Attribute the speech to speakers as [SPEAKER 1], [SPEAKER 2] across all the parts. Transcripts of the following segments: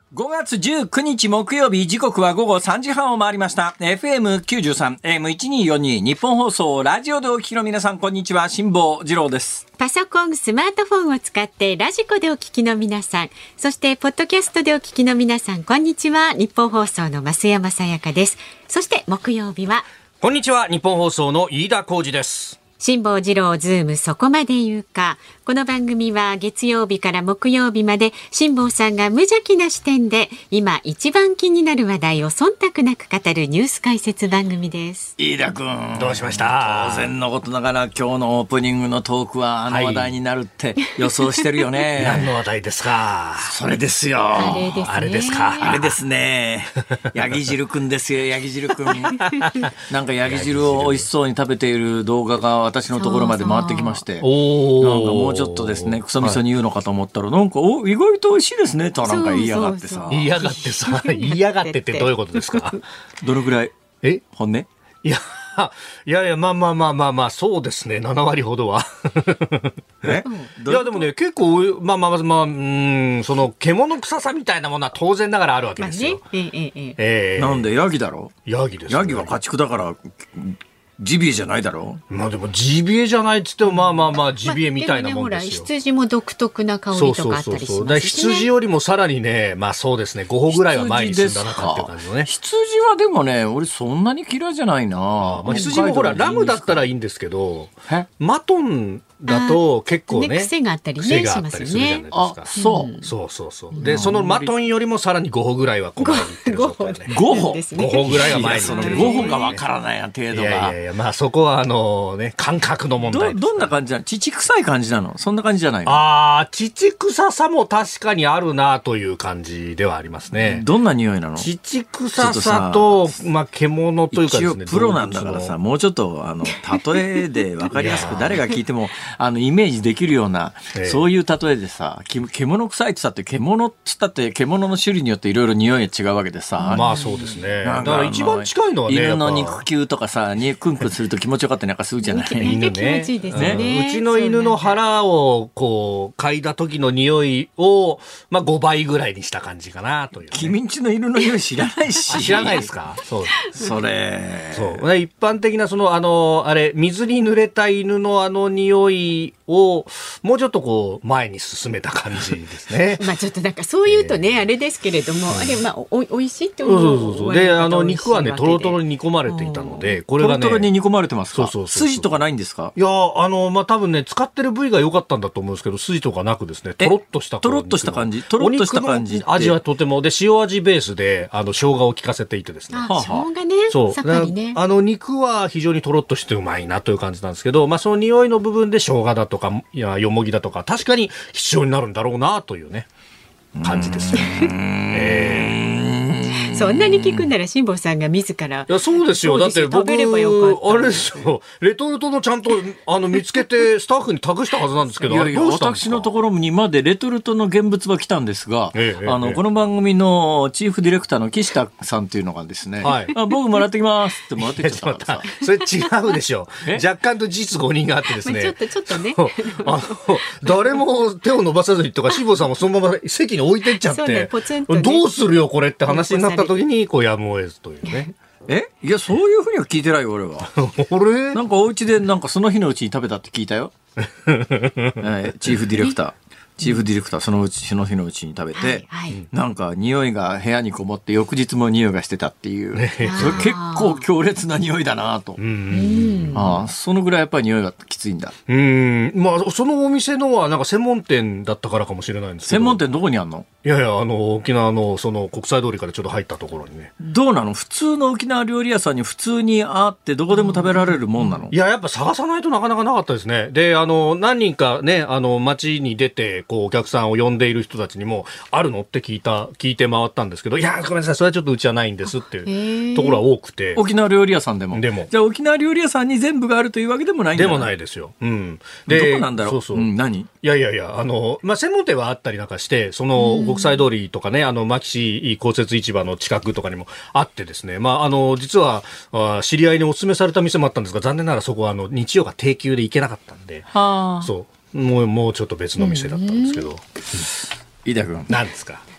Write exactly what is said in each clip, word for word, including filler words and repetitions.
[SPEAKER 1] ごがつじゅうくにち木曜日、時刻は午後さんじはんを回りました。エフエムきゅうじゅうさん、エーエムせんにひゃくよんじゅうに 日本放送、ラジオでお聞きの皆さん、こんにちは。辛坊治郎です。
[SPEAKER 2] パソコン、スマートフォンを使ってラジコでお聞きの皆さん、そしてポッドキャストでお聞きの皆さん、こんにちは。日本放送の増山さやかです。そして木曜日は、
[SPEAKER 3] こんにちは。日本放送の飯田浩司です。
[SPEAKER 2] 辛坊治郎ズームそこまで言うか。この番組は月曜日から木曜日まで辛坊さんが無邪気な視点で今一番気になる話題を忖度なく語るニュース解説番組です。
[SPEAKER 1] 飯田君、
[SPEAKER 3] どうしました？
[SPEAKER 1] 当然のことながら今日のオープニングのトークはあの話題になるって予想してるよね、
[SPEAKER 3] はい、何の話題ですか？
[SPEAKER 1] それですよ。
[SPEAKER 2] あれですね。
[SPEAKER 3] あれですか。
[SPEAKER 1] あれですね。ヤギ汁くんですよ、ヤギ汁くん。なんかヤギ汁を美味しそうに食べている動画が私のところまで回ってきまして、そうそう、なんかもうちょっとですね、クソ味噌に言うのかと思ったら、なんかお意外と美味しいですねとなんか言いやがってさ。
[SPEAKER 2] そうそうそう、
[SPEAKER 3] 言いやがってさ、言いやがってってどういうことですか？
[SPEAKER 1] どのくらい？え？本音？
[SPEAKER 3] いや。いやいや、まあまあまあまあまあ、そうですね、ななわりほどは。
[SPEAKER 1] え？
[SPEAKER 3] いやでもね、結構、まあまあまあ、うん、その、獣臭さみたいなものは当然ながらあるわけですよ。
[SPEAKER 2] まあね、えええ
[SPEAKER 3] えー、
[SPEAKER 1] なんでヤギだろ？
[SPEAKER 3] ヤギです、ね。
[SPEAKER 1] ヤギは家畜だから、ジビエじゃないだろう。
[SPEAKER 3] まあでもジビエじゃないっつってもまあまあまあジビエみたいなもんですよ。まあ、でもね、ほら
[SPEAKER 2] 羊も独特な香りとかあったりしますしね。そうそうそうそう。
[SPEAKER 3] 羊よりもさらにね、まあそうですね、ごほぐらいは前に進んだなかっていう感じのね。
[SPEAKER 1] 羊はでもね、俺そんなに嫌いじゃないな。
[SPEAKER 3] あ、まあ、羊もほらラムだったらいいんですけど、マトンだと結構ね、
[SPEAKER 2] ね、癖があったりね、
[SPEAKER 3] 癖があったりするじゃないですか。
[SPEAKER 1] あ、そう、
[SPEAKER 3] うん、そうそうそう。で、そのマトンよりもさらにごほぐらいはこう前に行ってる状態ね。
[SPEAKER 1] ごほ
[SPEAKER 3] ごほぐらいは前に行ってる。
[SPEAKER 1] ごほがわからないや程度が。い
[SPEAKER 3] やいやいや、まあそこはあのね、感覚の問題です。
[SPEAKER 1] ど、どんな感じなの？乳臭い感じなの？そんな感じじゃないの？
[SPEAKER 3] ああ、乳臭さも確かにあるなという感じではありますね。
[SPEAKER 1] どんな匂いなの？
[SPEAKER 3] 乳臭さと、まあ獣というかですね。
[SPEAKER 1] 一応プロなんだからさ、もうちょっとあの例えで分かりやすく誰が聞いてもあのイメージできるような、ええ、そういう例えでさ、獣臭いって言ったって獣っつったって獣の種類によっていろいろ匂いが違うわけでさ。
[SPEAKER 3] まあそうですね。だから一番近いのはね、
[SPEAKER 1] 犬の肉球とかさ、にクンクンすると気持ちよかったりなんかするじゃない。
[SPEAKER 2] 犬ね、気持ちいいですね。
[SPEAKER 3] ね、うちの犬の腹をこう嗅いだ時の匂いをまあごばいぐらいにした感じかなという、ね。
[SPEAKER 1] 君んちの犬の匂い知らないし。
[SPEAKER 3] 知らないですか？そう。
[SPEAKER 1] それ。
[SPEAKER 3] そう。一般的なそのあのあれ水に濡れた犬のあの匂いをもうちょっとこう前に進めた感じですね。
[SPEAKER 2] まあちょっとなんかそう言うとね、えー、あれですけれども、あれまあおおいしいって思う。
[SPEAKER 3] そうそうそう。で、あの肉はねトロトロに煮込まれていたので、これがね
[SPEAKER 1] トロトロに煮込まれてますか？
[SPEAKER 3] そうそうそうそう。
[SPEAKER 1] 筋とかないんですか？
[SPEAKER 3] いやあのまあ多分ね使ってる部位が良かったんだと思うんですけど、筋とかなくですね、トロッとした
[SPEAKER 1] トロッとした感じ、トロッとした感じ。
[SPEAKER 3] 味はとてもで塩味ベースであの生姜を効かせていてですね。
[SPEAKER 2] あ、生姜ね。
[SPEAKER 3] そう。
[SPEAKER 2] さっぱりね。
[SPEAKER 3] あの肉は非常にトロッとしてうまいなという感じなんですけど、まあその匂いの部分で生姜だとかいやよもぎだとか確かに必要になるんだろうなというね感じですよ。えー
[SPEAKER 2] そんなに聞くなら辛坊さんが自ら。
[SPEAKER 3] いやそうですよ。だって僕あれですよ。レトルトのちゃんとあの見つけてスタッフに託したはずなんですけど。
[SPEAKER 1] いやいや
[SPEAKER 3] どうしたんですか？
[SPEAKER 1] 私のところにまでレトルトの現物は来たんですが、
[SPEAKER 3] ええ、
[SPEAKER 1] あの、ええ、この番組のチーフディレクターの岸田さんっていうのがですね、はい、あ僕もらってきますってもらってきちゃったからさ。
[SPEAKER 3] それ違うでしょ。若干と実ごにんがあってですね。
[SPEAKER 2] ちょっとちょっとね。
[SPEAKER 3] あの誰も手を伸ばさずにとか辛坊さんもそのまま席に置いてっちゃって、ねね、どうするよこれって話になった時にこうやむを得ずというね。
[SPEAKER 1] えいやそういうふうには聞いてないよ俺は。俺なんかお家でなんかその日のうちに食べたって聞いたよ。はい、チーフディレクター。チーフディレクターそのうちその日のうちに食べて、はいはい、なんか匂いが部屋にこもって翌日も匂いがしてたっていう、ね、それ結構強烈な匂いだなと。うんああそのぐらいやっぱり匂いがきついんだ。
[SPEAKER 3] うんまあそのお店のはなんか専門店だったからかもしれないんですけど。
[SPEAKER 1] 専門店どこにあんの？
[SPEAKER 3] いやいやあの沖縄のその国際通りからちょっと入ったところにね。
[SPEAKER 1] どうなの？普通の沖縄料理屋さんに普通にあってどこでも食べられるもんなの？
[SPEAKER 3] いややっぱ探さないとなかなかなかったですね。であの何人かねあの街に出てこうお客さんを呼んでいる人たちにもあるのって聞いた聞いて回ったんですけど、いやごめんなさいそれはちょっとうちはないんですっていうところは多くて。
[SPEAKER 1] 沖縄料理屋さんでも。
[SPEAKER 3] でも
[SPEAKER 1] じゃあ沖縄料理屋さんに全部があるというわけでもないんだ。
[SPEAKER 3] でもないですよ。うん。
[SPEAKER 1] でどこなんだろう。
[SPEAKER 3] そうそう。
[SPEAKER 1] うん、何？
[SPEAKER 3] いやいやいやあのまあ専門店はあったりなんかしてその国際通りとかねあの牧師公設市場の近くとかにもあってですね、まああの実はあ知り合いにお勧めされた店もあったんですが残念ながらそこはあの日曜が定休で行けなかったんで、はあ、そうもうもうちょっと別の店だったんですけど。
[SPEAKER 1] 飯田君
[SPEAKER 3] 何ですか？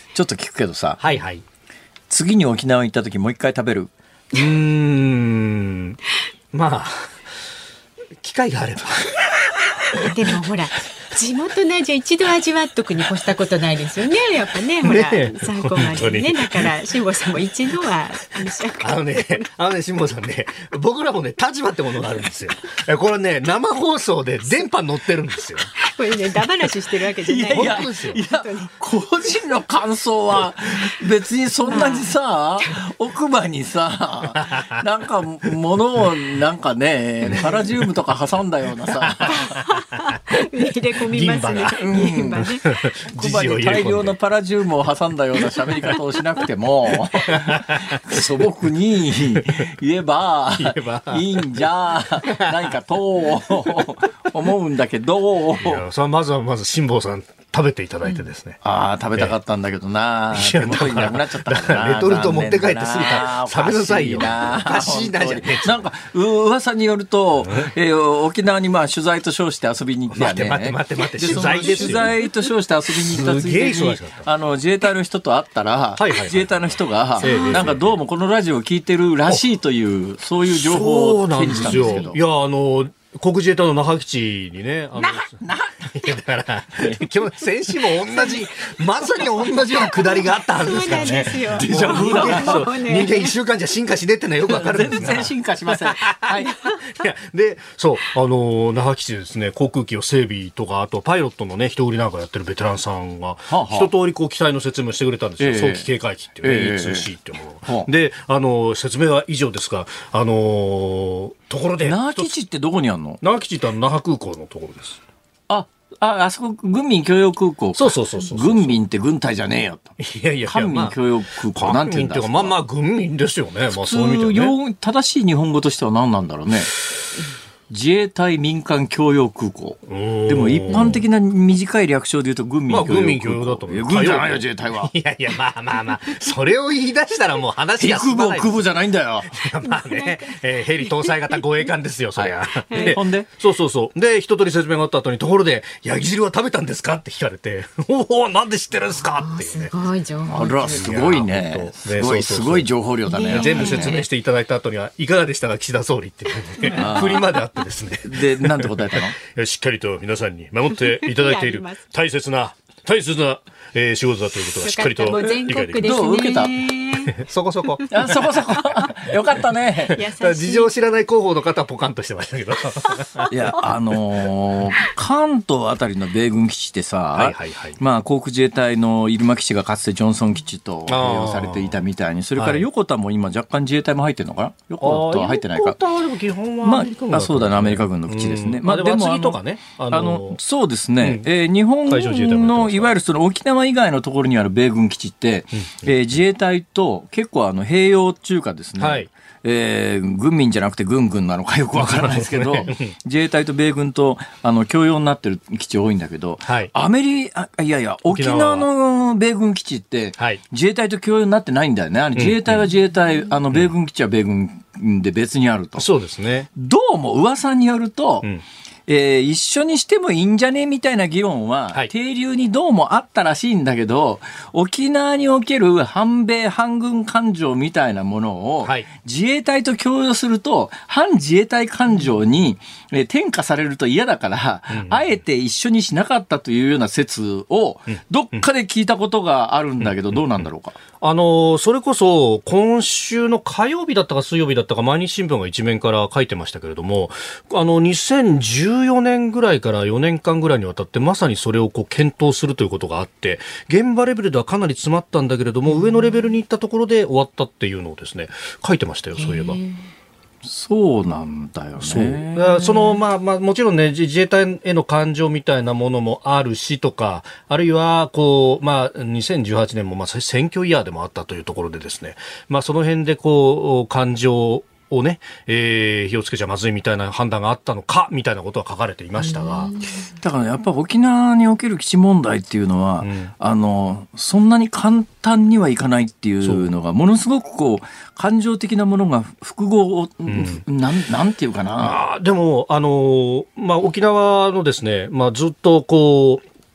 [SPEAKER 1] ちょっと聞くけどさ、
[SPEAKER 3] はいはい、
[SPEAKER 1] 次に沖縄行った時もう一回食べる？
[SPEAKER 3] うーん、まあ機会があれば
[SPEAKER 2] でもほら地元の味を一度味わっとくに越したことないですよね。やっぱね、ほら、
[SPEAKER 3] ね、
[SPEAKER 2] 最高までね。だから辛坊さんも一度は
[SPEAKER 3] あのね、あのね、辛坊さんね、僕らもね、立場ってものがあるんですよ。これね、生放送で電波乗ってるんですよ。
[SPEAKER 2] これね、だ話してるわけじゃない。
[SPEAKER 1] いやいや、いや個人の感想は別にそんなにさ、奥歯にさ、なんか物をなんかね、パラジウムとか挟んだようなさ。
[SPEAKER 2] 入れ込みますね。
[SPEAKER 1] 銀歯ね。奥歯に大量のパラジウムを挟んだような喋り方をしなくても、素朴に言えばいいんじゃないかと思うんだけど。
[SPEAKER 3] いや、それはまずはまず辛坊さん食べていただいてですね、
[SPEAKER 1] うん、ああ食べたかったんだけどな、えー、手元になくなっちゃったからな。
[SPEAKER 3] レトルト持って帰ってすぐ食べなさいよ。おかしいなじゃねえ。
[SPEAKER 1] なんか噂によると、えー、沖縄にまあ取材と称して遊びに行ってやね。
[SPEAKER 3] 待って待って待って取材ですよ。
[SPEAKER 1] 取材と称して遊びに行ったついでにあの自衛隊の人と会ったら、はいはいはい、自衛隊の人がなんかどうもこのラジオを聞いてるらしいというそういう情報を手にしたんですけど。
[SPEAKER 3] いやあの国自衛隊の那覇基地にね、あの
[SPEAKER 1] 那覇那覇
[SPEAKER 3] だから今日先週も同じまさに同じようなくだりがあったはずですからね。
[SPEAKER 2] そうなん
[SPEAKER 3] ですよ。デジャブだ。人間一週間じゃ進化しねえってのはよくわかるんですが。
[SPEAKER 1] 全然進化しません。はい。い
[SPEAKER 3] やでそうあの那覇基地ですね、航空機を整備とかあとパイロットのね人売りなんかやってるベテランさんが、はあはあ、一通りこう機体の説明をしてくれたんですよ。えー、早期警戒機っていうね、えー、イーツーシー っていうもの、はあ、であの説明は以上ですが、あのところで
[SPEAKER 1] 那覇基地ってどこにあるの？
[SPEAKER 3] 那覇基地って那覇空港のところです。
[SPEAKER 1] ああ、あそこ軍民共用空港。
[SPEAKER 3] そうそうそうそう。
[SPEAKER 1] 軍民って軍隊じゃねえよと。
[SPEAKER 3] いやいやいや、
[SPEAKER 1] 官民共用空港、まあ、なんて言うんだろう。
[SPEAKER 3] まあまあ軍民ですよね。
[SPEAKER 1] まあそういう意味でね。正しい日本語としては何なんだろうね。自衛隊民間共用空港。でも一般的な短い略称で言うと軍民共用空港。まあ軍民共用だと思う。軍じゃないよ自衛隊は。
[SPEAKER 3] いやいやまあまあまあそれを言い出したらもう話が進まない。
[SPEAKER 1] 陸部空部じゃないんだよ。
[SPEAKER 3] いやまあね、えー、ヘリ搭載型護衛艦ですよそりゃ。
[SPEAKER 1] でほんで
[SPEAKER 3] そうそうそうで一通り説明があった後にところでヤギ汁は食べたんですかって聞かれておおなんで知ってるんですかっていうね。
[SPEAKER 2] すごい情報。
[SPEAKER 1] あらすごいね。すごいすごい情報量だね。
[SPEAKER 3] 全部説明していただいた後にはいかがでしたか岸田総理っていうね振りまであってですね。
[SPEAKER 1] でなんて答えた
[SPEAKER 3] の？しっかりと皆さんに守っていただいている大切な大切な、えー、仕事だということがしっかりと理解できます。
[SPEAKER 1] どう受けた？
[SPEAKER 3] そこそこ。
[SPEAKER 1] あそこそこ。よかったね。
[SPEAKER 3] 事情を知らない広報の方はポカンとしてましたけど。
[SPEAKER 1] いやあのー、関東あたりの米軍基地ってさ、はいはいはい、まあ航空自衛隊の入間基地がかつてジョンソン基地と併用されていたみたいに、それから横田も今若干自衛隊も入ってるのかな？横田は入ってないか。
[SPEAKER 3] 横田はでも基本は
[SPEAKER 1] アメリカ軍だと、まあ、あそうだねアメリカ軍の基地ですね。うん、まあでも厚木とかね。あのあのそうですね。うん、えー、日本のいわゆるその沖縄以外のところにある米軍基地って、うん、えー、自衛隊と結構あの併用中華ですね、はい、えー、軍民じゃなくて軍軍なのかよくわからないですけど自衛隊と米軍とあの共用になってる基地多いんだけど、はい、アメリカいやいや沖縄の米軍基地って自衛隊と共用になってないんだよね。あれ自衛隊は自衛隊、うん、あの米軍基地は米軍で別にあると、うん、
[SPEAKER 3] そうですね。
[SPEAKER 1] どうも噂によると、うん、えー、一緒にしてもいいんじゃねみたいな議論は、はい、定流にどうもあったらしいんだけど、沖縄における反米反軍感情みたいなものを、はい、自衛隊と共有すると反自衛隊感情に、えー、転嫁されると嫌だから、うん、あえて一緒にしなかったというような説をどっかで聞いたことがあるんだけど、うん、どうなんだろうか。
[SPEAKER 3] あのそれこそ今週の火曜日だったか水曜日だったか毎日新聞が一面から書いてましたけれども、あのにせんじゅうよねんぐらいからよねんかんぐらいにわたってまさにそれをこう検討するということがあって、現場レベルではかなり詰まったんだけれども上のレベルに行ったところで終わったっていうのをですね書いてましたよ。そういえば
[SPEAKER 1] そうなんだよね。
[SPEAKER 3] そうその、まあまあ、もちろんね自衛隊への感情みたいなものもあるしとか、あるいはこう、まあ、にせんじゅうはちねんもまあ選挙イヤーでもあったというところでですね、まあ、その辺でこう感情をね、えー、火をつけちゃまずいみたいな判断があったのかみたいなことは書かれていましたが、
[SPEAKER 1] だからやっぱ沖縄における基地問題っていうのは、うん、あのそんなに簡単にはいかないっていうのがものすごくこう感情的なものが複合を、うん、なん、なんていうかな。
[SPEAKER 3] あでもあの、まあ、沖縄のですね、まあ、ずっとこう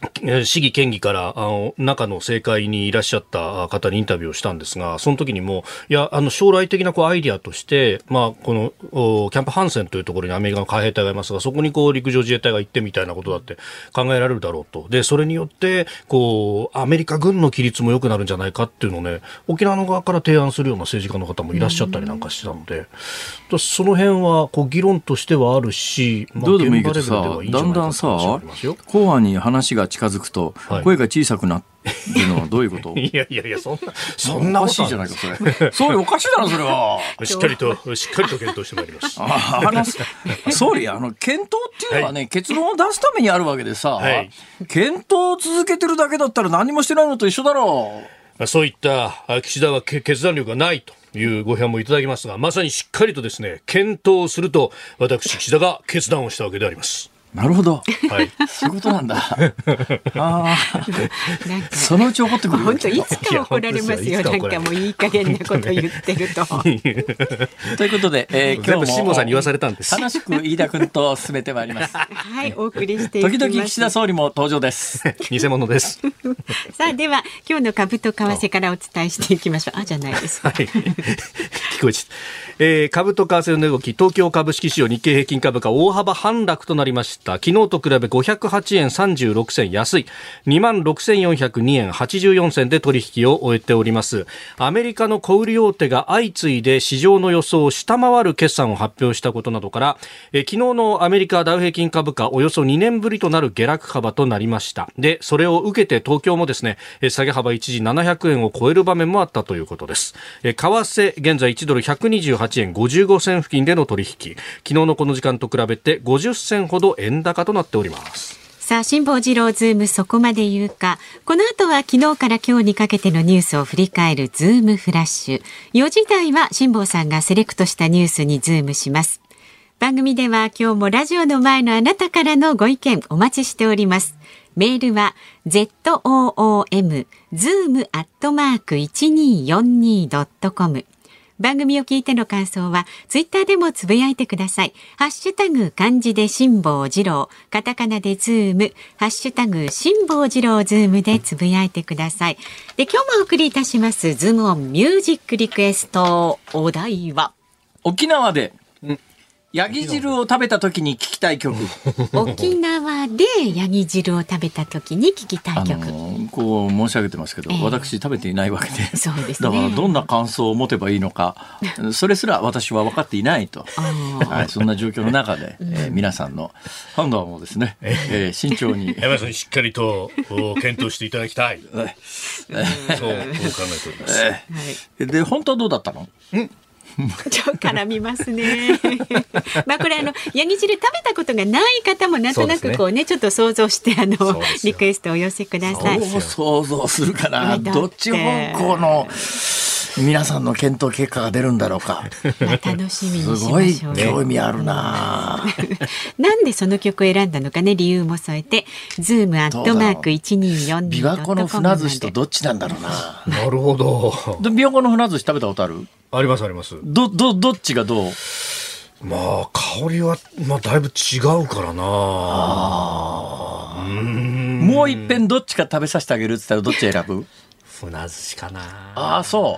[SPEAKER 3] 市議県議からあの中の政界にいらっしゃった方にインタビューをしたんですが、その時にもいやあの将来的なこうアイディアとして、まあ、このキャンプハンセンというところにアメリカの海兵隊がいますが、そこにこう陸上自衛隊が行ってみたいなことだって考えられるだろうと。でそれによってこうアメリカ軍の規律も良くなるんじゃないかっていうのをね、沖縄の側から提案するような政治家の方もいらっしゃったりなんかしてたので、その辺はこう議論としてはあるし、まあ、
[SPEAKER 1] どうでもいいけどさ、だんだんさ後半に話が近づくと声が小さくなってるのはどういうこと？
[SPEAKER 3] いやいやいや、そんなそんな
[SPEAKER 1] おかしいじゃないかそれ。総理おかしいだろそれは。
[SPEAKER 3] しっかりとしっかりと検討してまいります。
[SPEAKER 1] ああの総理、あの検討っていうのはね、はい、結論を出すためにあるわけでさ、はい、検討を続けてるだけだったら何もしてないのと一緒だろう。
[SPEAKER 3] そういった岸田は決断力がないというご批判もいただきますが、まさにしっかりとですね検討すると私岸田が決断をしたわけであります。
[SPEAKER 1] なるほど、
[SPEAKER 3] はい、
[SPEAKER 1] そういうことなんだ。あそのうち怒ってくる。
[SPEAKER 2] 本当いつか怒られますよ。なんかもういい加減なこと言ってると。
[SPEAKER 1] ということで、えー、今日も
[SPEAKER 3] 辛坊さんに言わされたんです。
[SPEAKER 1] 楽しく飯田君と進めてまいります。
[SPEAKER 2] はい、お送りしていきます。
[SPEAKER 1] 時々岸田総理も登場です。
[SPEAKER 3] 偽物です。
[SPEAKER 2] さあでは今日の株と為替からお伝えしていきましょう。あじゃないです。
[SPEAKER 3] はい、聞こえちゃった。えー、株と為替の動き、東京株式市場日経平均株価大幅反落となりました。昨日と比べごひゃくはちえんさんじゅうろくせん安い にまんろくせんよんひゃくにえんはちじゅうよんせんで取引を終えております。アメリカの小売大手が相次いで市場の予想を下回る決算を発表したことなどから、え昨日のアメリカダウ平均株価およそにねんぶりとなる下落幅となりました。でそれを受けて東京もですね下げ幅一時ななひゃくえんを超える場面もあったということです。え為替現在いちドルひゃくにじゅうはちえんごじゅうごせん付近での取引、昨日のこの時間と比べてごじゅっせんほど円高となっております。
[SPEAKER 2] さあ辛坊治郎ズームそこまで言うか。この後は昨日から今日にかけてのニュースを振り返るズームフラッシュ。よじ台は辛坊さんがセレクトしたニュースにズームします。番組では今日もラジオの前のあなたからのご意見お待ちしております。メールは ズーム ズーム アットマーク いちにーよんにー ドットコム。番組を聞いての感想はツイッターでもつぶやいてください。ハッシュタグ漢字で辛坊治郎、カタカナでズーム、ハッシュタグ辛坊治郎ズームでつぶやいてください。で今日もお送りいたしますズームオンミュージックリクエスト。お題は
[SPEAKER 1] 沖縄でヤギ汁を食べた時に聞きたい曲。
[SPEAKER 2] 沖縄でヤギ汁を食べた時に聞きたい曲、
[SPEAKER 1] あのこう申し上げてますけど、えー、私食べていないわけで、
[SPEAKER 2] そうですね、
[SPEAKER 1] だからどんな感想を持てばいいのかそれすら私は分かっていないと、はい、そんな状況の中で、えー、皆さんの判断をですね、えー、慎重に
[SPEAKER 3] 山さんにしっかりと検討していただきたいそう、そう考えております、
[SPEAKER 1] えー、で本当はどうだったの？ん
[SPEAKER 2] ちょっと絡みますね。まあこれあのヤギ汁食べたことがない方もなんとなくこうねちょっと想像してあのリクエストをお寄せください。
[SPEAKER 1] そう想像するかな。どっち方向の皆さんの検討結果が出るんだろうか。
[SPEAKER 2] まあ楽しみにしましょう。
[SPEAKER 1] すごい興味あるな。
[SPEAKER 2] なんでその曲を選んだのかね、理由も添えてズームアットマークいちにーよんにー ドットコム。
[SPEAKER 1] 琵琶湖の船寿司とどっちなんだろうな。
[SPEAKER 3] なるほど。
[SPEAKER 1] 琵琶湖の船寿司食べたことある？
[SPEAKER 3] ありますあります。
[SPEAKER 1] どどどっちがどう？
[SPEAKER 3] まあ香りはまあだいぶ違うからな。あ
[SPEAKER 1] うーんもう一遍どっちか食べさせてあげるって言ったらどっち選ぶ？
[SPEAKER 3] 船寿司かな。
[SPEAKER 1] ああそう。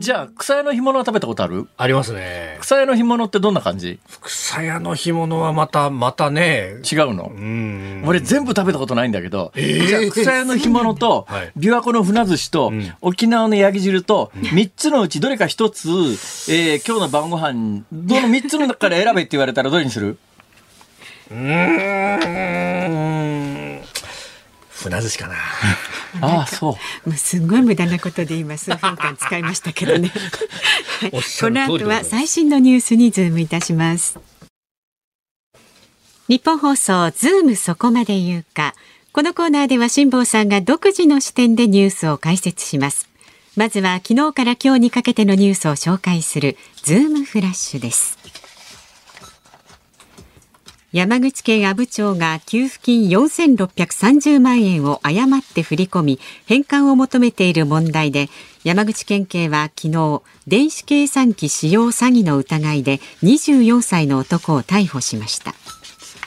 [SPEAKER 1] じゃあ草屋の干物は食べたことある？あ
[SPEAKER 3] りますね。
[SPEAKER 1] 草屋の干物ってどんな感じ？
[SPEAKER 3] 草屋の干物はまたまたね
[SPEAKER 1] 違うの。うん俺全部食べたことないんだけど、えー、じゃあ草屋の干物と琵琶湖の船寿司と、うん、沖縄のヤギ汁とみっつのうちどれかひとつ、えー、今日の晩ご飯どのみっつの中から選べって言われたらどれにする？
[SPEAKER 3] うーん船寿司かな。
[SPEAKER 1] ああそう。
[SPEAKER 2] もうすごい無駄なことで今数分間使いましたけどね。はい、この後は最新のニュースにズームいたします。日本放送ズームそこまで言うか。このコーナーでは辛坊さんが独自の視点でニュースを解説します。まずは昨日から今日にかけてのニュースを紹介するズームフラッシュです。山口県阿武町が給付金よんせんろっぴゃくさんじゅうまんえんを誤って振り込み返還を求めている問題で、山口県警は昨日電子計算機使用詐欺の疑いでにじゅうよんさいの男を逮捕しました。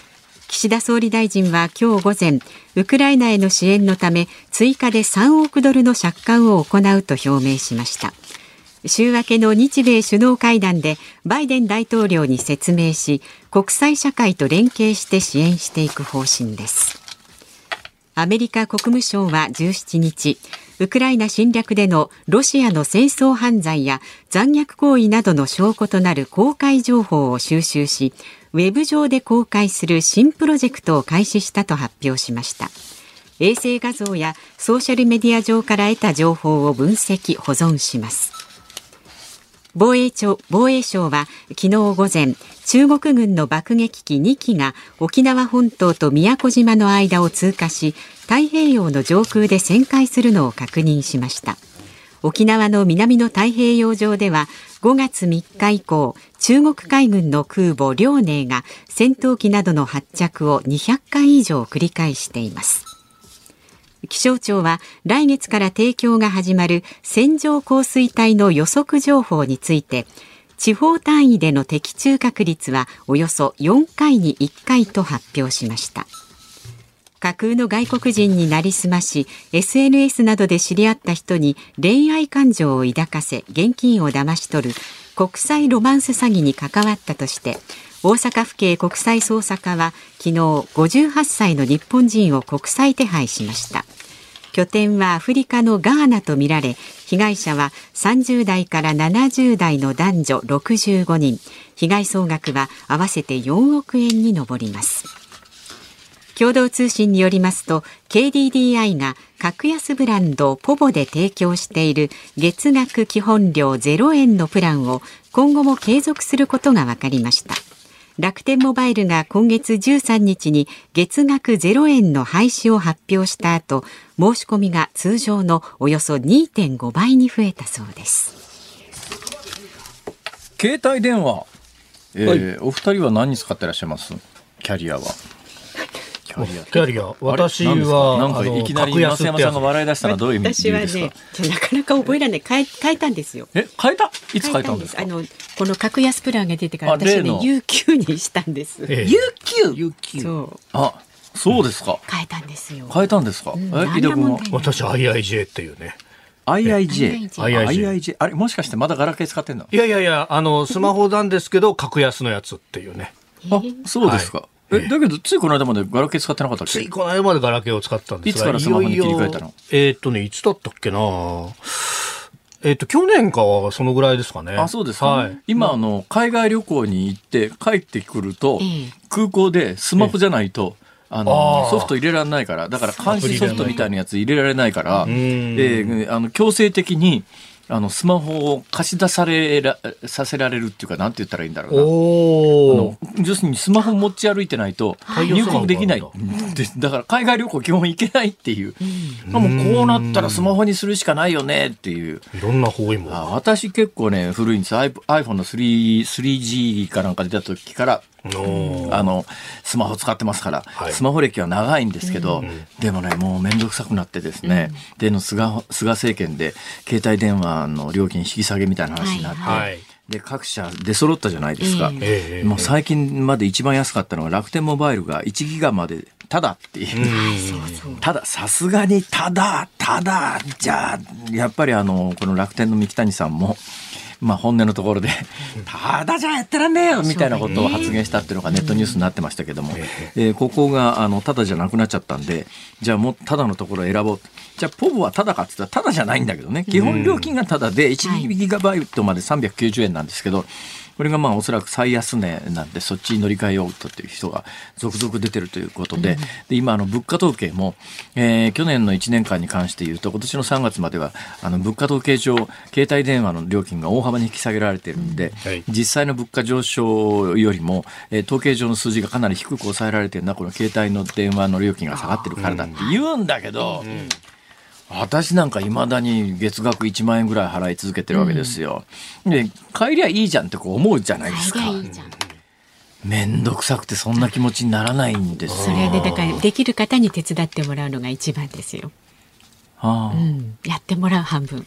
[SPEAKER 2] 岸田総理大臣は今日午前、ウクライナへの支援のため追加でさんおくドルの借款を行うと表明しました。週明けの日米首脳会談でバイデン大統領に説明し、国際社会と連携して支援していく方針です。アメリカ国務省はじゅうしちにち、ウクライナ侵略でのロシアの戦争犯罪や残虐行為などの証拠となる公開情報を収集し、ウェブ上で公開する新プロジェクトを開始したと発表しました。衛星画像やソーシャルメディア上から得た情報を分析・保存します。防衛庁、防衛省は昨日午前、中国軍の爆撃機にきが沖縄本島と宮古島の間を通過し、太平洋の上空で旋回するのを確認しました。沖縄の南の太平洋上ではごがつみっか以降、中国海軍の空母遼寧が戦闘機などの発着をにひゃっかい以上繰り返しています。気象庁は来月から提供が始まる線状降水帯の予測情報について、地方単位での的中確率はおよそよんかいにいっかいと発表しました。架空の外国人になりすまし、 エスエヌエス などで知り合った人に恋愛感情を抱かせ現金を騙し取る国際ロマンス詐欺に関わったとして、大阪府警国際捜査課は昨日ごじゅうはっさいの日本人を国際手配しました。拠点はアフリカのガーナとみられ、被害者はさんじゅうだいからななじゅうだいの男女ろくじゅうごにん、被害総額は合わせてよんおくえんに上ります。共同通信によりますと、 ケーディーディーアイ が格安ブランドポボで提供している月額基本料ゼロえんのプランを今後も継続することが分かりました。楽天モバイルが今月じゅうさんにちに月額ゼロえんの廃止を発表した後、申し込みが通常のおよそ にてんごばいに増えたそうです。
[SPEAKER 1] 携帯電話、えーはい、お二人は何に使ってらっしゃいます？キャリアは。
[SPEAKER 3] キャリア、キャリア私は
[SPEAKER 1] なんかいきなり増山さんが笑い出したのはどういう意味ですか？
[SPEAKER 2] 私はね、なかなか覚えられない。変え、変えたんですよ。
[SPEAKER 1] え、変えた？いつ変えたんですか？
[SPEAKER 2] あのこの格安プランが出てから私はね ユーキュー にしたんです。
[SPEAKER 1] ええ、ユーキュー？ ユーキュー。
[SPEAKER 2] そう。
[SPEAKER 1] あ、そうですか。
[SPEAKER 2] 変えたんですよ。
[SPEAKER 1] 変えたんですか？うん、え、井田君は？
[SPEAKER 3] 私 アイアイジェー っていうね。
[SPEAKER 1] アイアイジェー、アイアイジェー、あれもしかしてまだガラケー使ってんの？
[SPEAKER 3] いやいやいや、あのスマホなんですけど格安のやつっていうね。
[SPEAKER 1] あ、そうですか。はい、えだけどついこの間までガラケー使ってなかったっけ？
[SPEAKER 3] ついこの間までガラケーを使ったんですが、
[SPEAKER 1] いつからスマホに切り替えたの？
[SPEAKER 3] えー、っとねいつだったっけな。えー、っと去年かはそのぐらいですかね。
[SPEAKER 1] あ、そうですか。はい、今あの海外旅行に行って帰ってくると、えー、空港でスマホじゃないと、えー、あのソフト入れられないから、だから監視ソフトみたいなやつ入れられないから、えー、あの強制的にあのスマホを貸し出されらさせられるっていうか、なんて言ったらいいんだろうな。おあの要するにスマホ持ち歩いてないと入国できない。でだから海外旅行基本行けないっていう、うん、もうこうなったらスマホにするしかないよねっていう。
[SPEAKER 3] いろんな方位も。
[SPEAKER 1] あ、私結構ね古いんです。 iPhone の スリージー かなんか出た時からあのスマホ使ってますから、はい、スマホ歴は長いんですけど、うん、でもねもうめんどくさくなってですね、うん、での 菅, 菅政権で携帯電話の料金引き下げみたいな話になって、はいはい、で各社出揃ったじゃないですか、えー、もう最近まで一番安かったのは楽天モバイルがいちギガまでただっていう、うん、たださすがにただただじゃあやっぱりあのこの楽天の三木谷さんもまあ、本音のところでただじゃやってらんねえよみたいなことを発言したっていうのがネットニュースになってましたけども、えー、ここがあのただじゃなくなっちゃったんで、じゃあもうただのところを選ぼう。じゃあポボはただかって言ったらただじゃないんだけどね、基本料金がただでいちギガバイトまでさんびゃくきゅうじゅうえんなんですけど、これがまあおそらく最安値なんで、そっちに乗り換えようとっていう人が続々出てるということで、で今あの物価統計も、えー、去年のいちねんかんに関して言うと今年のさんがつまではあの物価統計上携帯電話の料金が大幅に引き下げられているんで、はい、実際の物価上昇よりも、えー、統計上の数字がかなり低く抑えられているのはこの携帯の電話の料金が下がってるからだって言うんだけど、うんうん、私なんかいまだに月額いちまんえんぐらい払い続けてるわけですよ、うん、で帰りゃいいじゃんってこう思うじゃないですか。めんどくさくてそんな気持ちにならないんですよ。
[SPEAKER 2] それでだからできる方に手伝ってもらうのが一番ですよ。あ、うん、やってもらう半分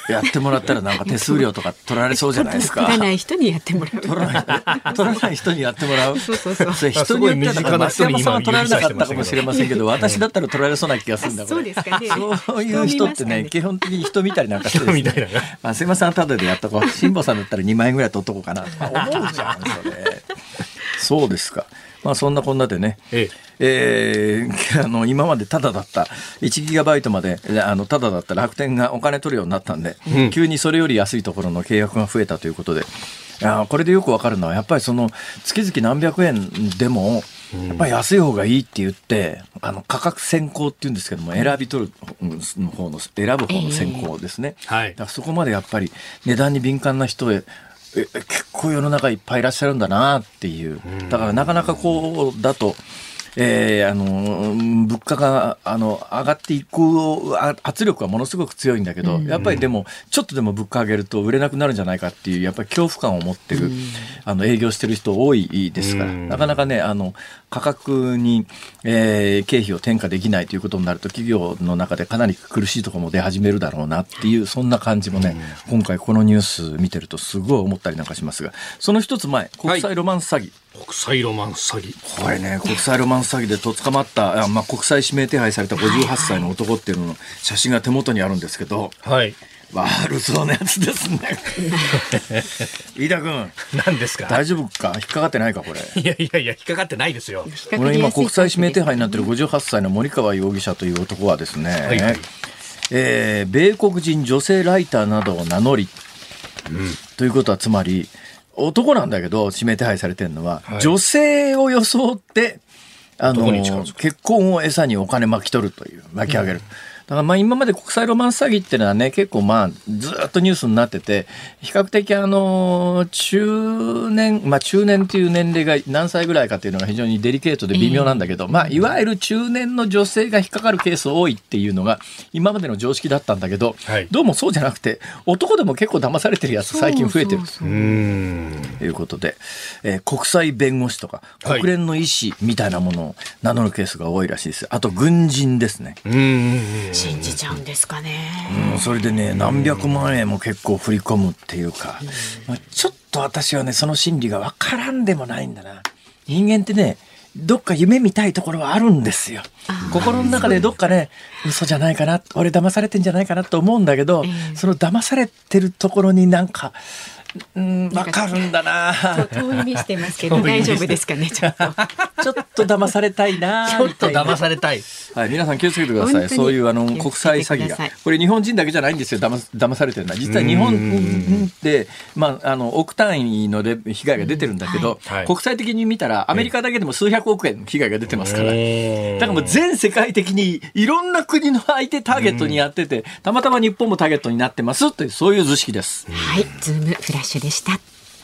[SPEAKER 1] やってもらったらなんか手数料とか取られそうじゃないですか。
[SPEAKER 2] 取らない人にやってもらう。
[SPEAKER 1] 取らない取らない人にやってもらう。
[SPEAKER 2] そうそうそう。
[SPEAKER 1] それ人によってはだから松山さんは取られなかったかもしれませんけど、私だったら取られそうな気がするんだ。
[SPEAKER 2] そうですかね。
[SPEAKER 1] そういう人ってね、基本的に人見たりなんかしてですね、松山さんはタダでやっとこう、辛坊さんだったらにまんえんぐらい取っとこうかなとか思うじゃんそれ。そうですか。まあそんなこんなでね、えええー、あの今までタダだったいちギガバイトまであのタダだった楽天がお金取るようになったんで、うん、急にそれより安いところの契約が増えたということで、いやこれでよくわかるのはやっぱりその月々何百円でもやっぱり安い方がいいって言ってあの価格先行っていうんですけども、選び取るの方の選ぶ方の先行ですね、えーはい、だからそこまでやっぱり値段に敏感な人へえ結構世の中いっぱいいらっしゃるんだなっていう。だからなかなかこうだと、えー、あの物価があの上がっていく圧力はものすごく強いんだけど、やっぱりでもちょっとでも物価上げると売れなくなるんじゃないかっていうやっぱり恐怖感を持ってるあの営業してる人多いですから、なかなかねあの価格に、えー、経費を転嫁できないということになると企業の中でかなり苦しいところも出始めるだろうなっていうそんな感じもね、今回このニュース見てるとすごい思ったりなんかしますが、その一つ前国際ロマンス詐欺、はい、
[SPEAKER 3] 国際ロマンス詐欺、
[SPEAKER 1] これね国際ロマンス詐欺でと捕まったあ、まあ、国際指名手配されたごじゅうはっさいの男っていうのの写真が手元にあるんですけど、はい、悪そうなやつですね飯田君
[SPEAKER 3] 何ですか、
[SPEAKER 1] 大丈夫か、引っかかってないかこれ。
[SPEAKER 3] いやいやいや引っかかってないですよ。
[SPEAKER 1] これ今国際指名手配になっているごじゅうはっさいの森川容疑者という男はですね、はいはい、えー、米国人女性ライターなどを名乗り、うん、ということはつまり男なんだけど指名手配されてるのは、はい、女性を装ってあの結婚を餌にお金巻き取るという巻き上げる、うん、だからまあ今まで国際ロマンス詐欺っていうのはね結構まあずっとニュースになってて、比較的あの中年まあ中年という年齢が何歳ぐらいかというのが非常にデリケートで微妙なんだけど、えー、まあいわゆる中年の女性が引っかかるケース多いっていうのが今までの常識だったんだけど、はい、どうもそうじゃなくて男でも結構騙されてるやつ最近増えてるということで、えー、国際弁護士とか国連の医師みたいなものを名乗るケースが多いらしいです。あと軍人ですね。
[SPEAKER 2] うーん信じちゃうんですかね。
[SPEAKER 1] うん、それでね何百万円も結構振り込むっていうか、まあ、ちょっと私はねその心理が分からんでもないんだな。人間ってねどっか夢見たいところはあるんですよ。心の中でどっかね嘘じゃないかな、俺騙されてんじゃないかなと思うんだけど、えー、その騙されてるところになんかうん、分かるんだな。
[SPEAKER 2] 遠い目してますけど大丈夫ですかね。ちょっと
[SPEAKER 1] ちょっと騙されたいな。
[SPEAKER 3] ちょっと騙されたい。
[SPEAKER 1] はい、皆さん気をつけてください。そういうあの国際詐欺がこれ日本人だけじゃないんですよ。騙騙されてるのは実は日本でまああの億単位のレ被害が出てるんだけど、はい、国際的に見たらアメリカだけでも数百億円の被害が出てますから。だからもう全世界的にいろんな国の相手ターゲットにやってて、たまたま日本もターゲットになってますというそういう図式です。
[SPEAKER 2] はい、ズームフラッシュでした。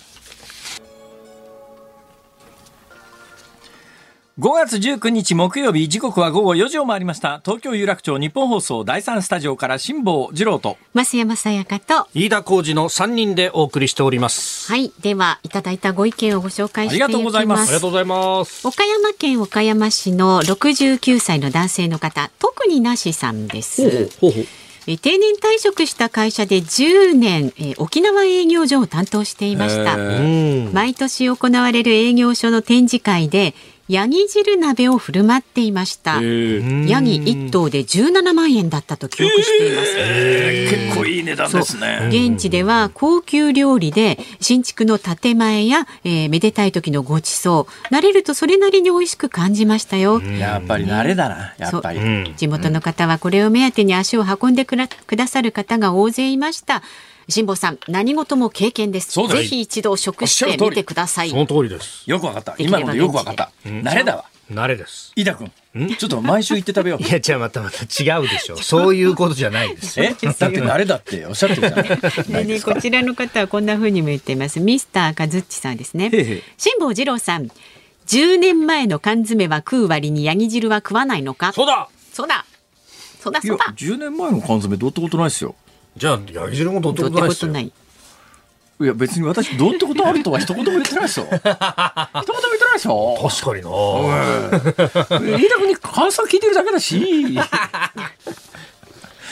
[SPEAKER 1] ごがつじゅうくにち木曜日、時刻はごごよじを回りました。東京有楽町日本放送だいさんスタジオから辛坊治郎と
[SPEAKER 2] 増山さやかと
[SPEAKER 3] 飯田浩司のさんにんでお送りしております。
[SPEAKER 2] はい、ではいただいたご意見をご紹介していきます。
[SPEAKER 1] ありがとうございます。
[SPEAKER 3] ありがとうございます。
[SPEAKER 2] 岡山県岡山市のろくじゅうきゅうさいの男性の方、特になしさんです。ほうほうほうほう。定年退職した会社でじゅうねん、えー、沖縄営業所を担当していました。毎年行われる営業所の展示会でヤギ汁鍋を振る舞っていました。ヤギいっとうでじゅうななまんえんだったと記憶しています。
[SPEAKER 1] えー、結構いい値段ですね。
[SPEAKER 2] 現地では高級料理で新築の建前や、えー、めでたい時のごちそう、慣れるとそれなりに美味しく感じましたよ。
[SPEAKER 1] やっぱり慣れだな。やっぱり
[SPEAKER 2] 地元の方はこれを目当てに足を運んでくらくださる方が大勢いました。辛坊さん、何事も経験です。ぜひ一度食してみてください。
[SPEAKER 3] その通りです。
[SPEAKER 1] よくわかった。今のでよくわかった。慣れだわ。
[SPEAKER 3] 慣れです。
[SPEAKER 1] 飯田君、ちょっと毎週行って食べよう。
[SPEAKER 3] いや、じゃあまたまた違うでしょ。そういうことじゃないです。
[SPEAKER 1] え、だって慣れだっておっしゃってるじゃない
[SPEAKER 2] ですか。こちらの方はこんな風にも言っています。ミスターカズッチさんですね。辛坊治郎さん、じゅうねんまえの缶詰は食う割にヤギ汁は食わないのか。
[SPEAKER 3] そうだ
[SPEAKER 2] そうだそうだそうだ。
[SPEAKER 1] じゅうねんまえの缶詰どうってことないですよ。
[SPEAKER 3] じゃあヤギ汁もどうってことないですよ。
[SPEAKER 1] いや別に私どうってことあるとは一言も言ってないですよ。一言も言ってないですよ。
[SPEAKER 3] 確かにな。
[SPEAKER 1] 飯田君に感想聞いてるだけだし。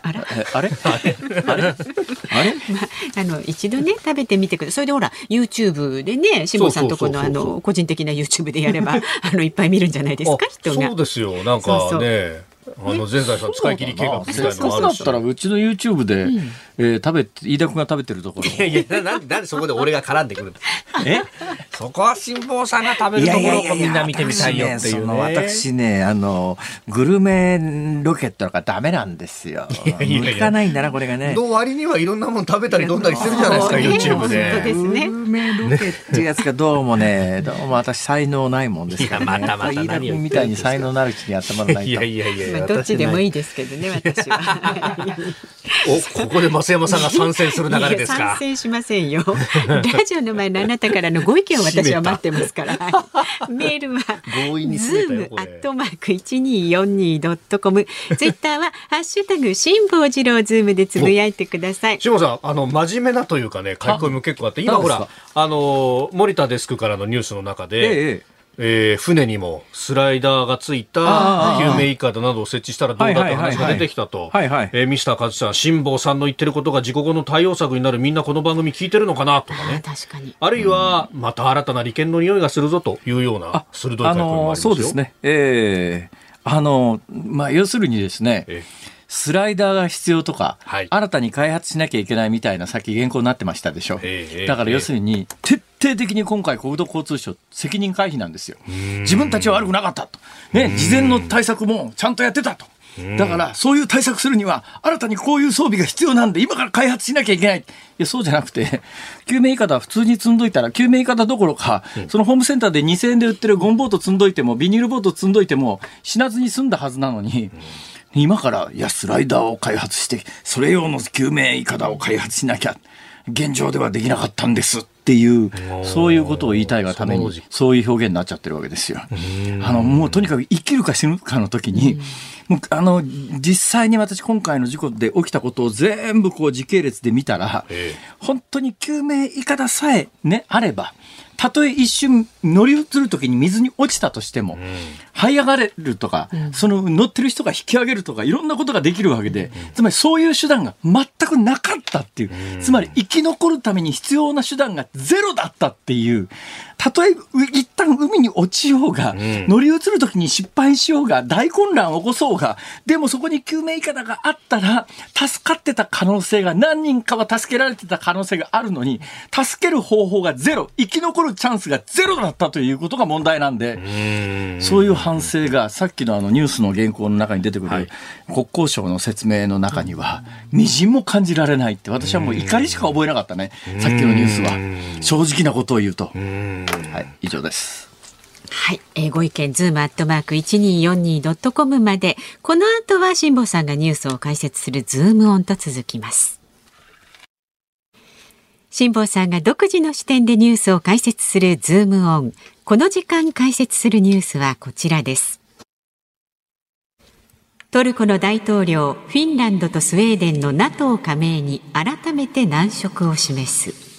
[SPEAKER 2] あら
[SPEAKER 1] あれあれあれあれ、
[SPEAKER 2] まあ、あの一度ね食べてみてください。それでほら YouTube でね辛坊さんとこのあの個人的な YouTube でやればあのいっぱい見るんじゃないですか人が。
[SPEAKER 3] そうですよなんかねそうそうあの全財産使い切り計画みたいなのあるし、
[SPEAKER 1] そうだったらうちの YouTube で、うんえー、食べて飯田君が食べてるところ
[SPEAKER 3] いやいやなんでそこで俺が絡んでくるえそこは辛坊さんが食べるところをみんな見てみたいよっていうね。
[SPEAKER 1] 私ねあのグルメロケットがダメなんですよ。向かないんだなこれがね。
[SPEAKER 3] の割にはいろんなもの食べたり飲んだりしてるじゃないですか YouTube で。
[SPEAKER 2] そうですね。
[SPEAKER 1] グルメロケっていうやつがどうもねどうも私才能ないもんですからね。
[SPEAKER 3] またまた
[SPEAKER 1] 飯田君みたいに才能のあるうちに頭のないと。
[SPEAKER 3] いやいやいや、
[SPEAKER 2] まあ、どっちでもいいですけどね私は。
[SPEAKER 3] おここで増山さんが参戦する流れですか。
[SPEAKER 2] 参戦しませんよ。ラジオの前のあなたからのご意見を私は待ってますから。メールは
[SPEAKER 3] 強引に詰めたよこれ。
[SPEAKER 2] ズームアットマーク一二四二ドットコム。ツイッターはハッシュタグ辛坊治郎ズームでつぶやいてください。
[SPEAKER 3] 辛坊さんあの真面目なというかね書き込みも結構あって今ほらあの森田デスクからのニュースの中で。えええー、船にもスライダーがついた救命いかだなどを設置したらどうだって話が出てきたとミスター和さん辛坊さんの言ってることが事故後の対応策になるみんなこの番組聞いてるのかなとかね。
[SPEAKER 2] あ確かに。
[SPEAKER 3] あるいはまた新たな利権の匂いがするぞというような鋭い書き込みもありますよ。
[SPEAKER 1] そうですね、えーあのまあ、要するにですね、えースライダーが必要とか、はい、新たに開発しなきゃいけないみたいなさっき原稿になってましたでしょ。だから要するに徹底的に今回国土交通省責任回避なんですよ。自分たちは悪くなかったと、ね、事前の対策もちゃんとやってたと。だからそういう対策するには新たにこういう装備が必要なんで今から開発しなきゃいけない。いやそうじゃなくて救命いかだ普通に積んどいたら救命いかだどころか、うん、そのホームセンターでにせんえんで売ってるゴムボート積んどいてもビニールボート積んどいても死なずに済んだはずなのに、うん今からいやスライダーを開発してそれ用の救命いかだを開発しなきゃ現状ではできなかったんですっていうそういうことを言いたいがためにそういう表現になっちゃってるわけですよ。あのもうとにかく生きるか死ぬかの時にもうあの実際に私今回の事故で起きたことを全部こう時系列で見たら本当に救命いかださえ、ね、あればたとえ一瞬乗り移るときに水に落ちたとしても、うん、這い上がれるとか、うん、その乗ってる人が引き上げるとかいろんなことができるわけで、うん、つまりそういう手段が全くなかったっていう、うん、つまり生き残るために必要な手段がゼロだったっていうたとえ一旦海に落ちようが、うん、乗り移るときに失敗しようが大混乱を起こそうがでもそこに救命いかだがあったら助かってた可能性が何人かは助けられてた可能性があるのに助ける方法がゼロ生き残るチャンスがゼロだったということが問題なんでうんそういう反省がさっきのあのニュースの原稿の中に出てくる、はい、国交省の説明の中にはみじんも感じられないって私はもう怒りしか覚えなかったねさっきのニュースは正直なことを言うとはい、以上です。
[SPEAKER 2] はい、えー、ご意見ズームアットマーク一二四二ドットコムまで。この後は辛坊さんがニュースを解説するズームオンと続きます。辛坊さんが独自の視点でニュースを解説するズームオン。この時間解説するニュースはこちらです。トルコの大統領フィンランドとスウェーデンの ナトー 加盟に改めて難色を示す。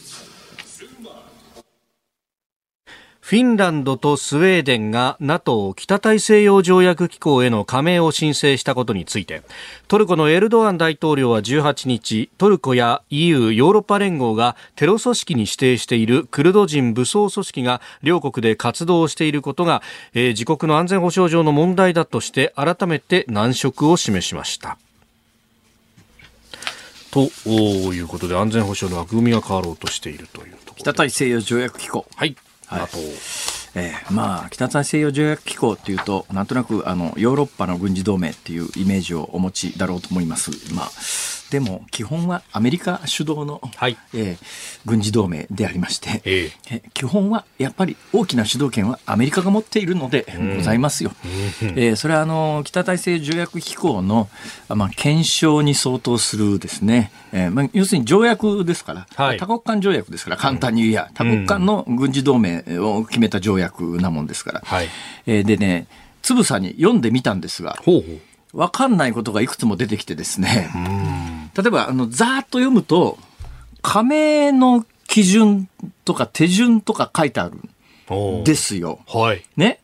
[SPEAKER 3] フィンランドとスウェーデンが ナトー 北大西洋条約機構への加盟を申請したことについてトルコのエルドアン大統領はじゅうはちにちトルコや イーユー ヨーロッパ連合がテロ組織に指定しているクルド人武装組織が両国で活動していることが、えー、自国の安全保障上の問題だとして改めて難色を示しましたということで安全保障の枠組みが変わろうとしているというところ
[SPEAKER 1] 北大西洋条約機構
[SPEAKER 3] はい
[SPEAKER 1] はいえーまあ、北大西洋条約機構というとなんとなくあのヨーロッパの軍事同盟っていうイメージをお持ちだろうと思います、まあ、でも基本はアメリカ主導の、はいえー、軍事同盟でありまして、えー、基本はやっぱり大きな主導権はアメリカが持っているのでございますよ、うんえー、それはあの北大西洋条約機構の、まあ、憲章に相当するですね、えーまあ、要するに条約ですから、はい、多国間条約ですから簡単に言えば、うん、多国間の軍事同盟を決めた条約なもんですから、はいえー、でねつぶさに読んでみたんですがほうほう分かんないことがいくつも出てきてですね例えばあのざーっと読むと加盟の基準とか手順とか書いてあるんですよ、はいね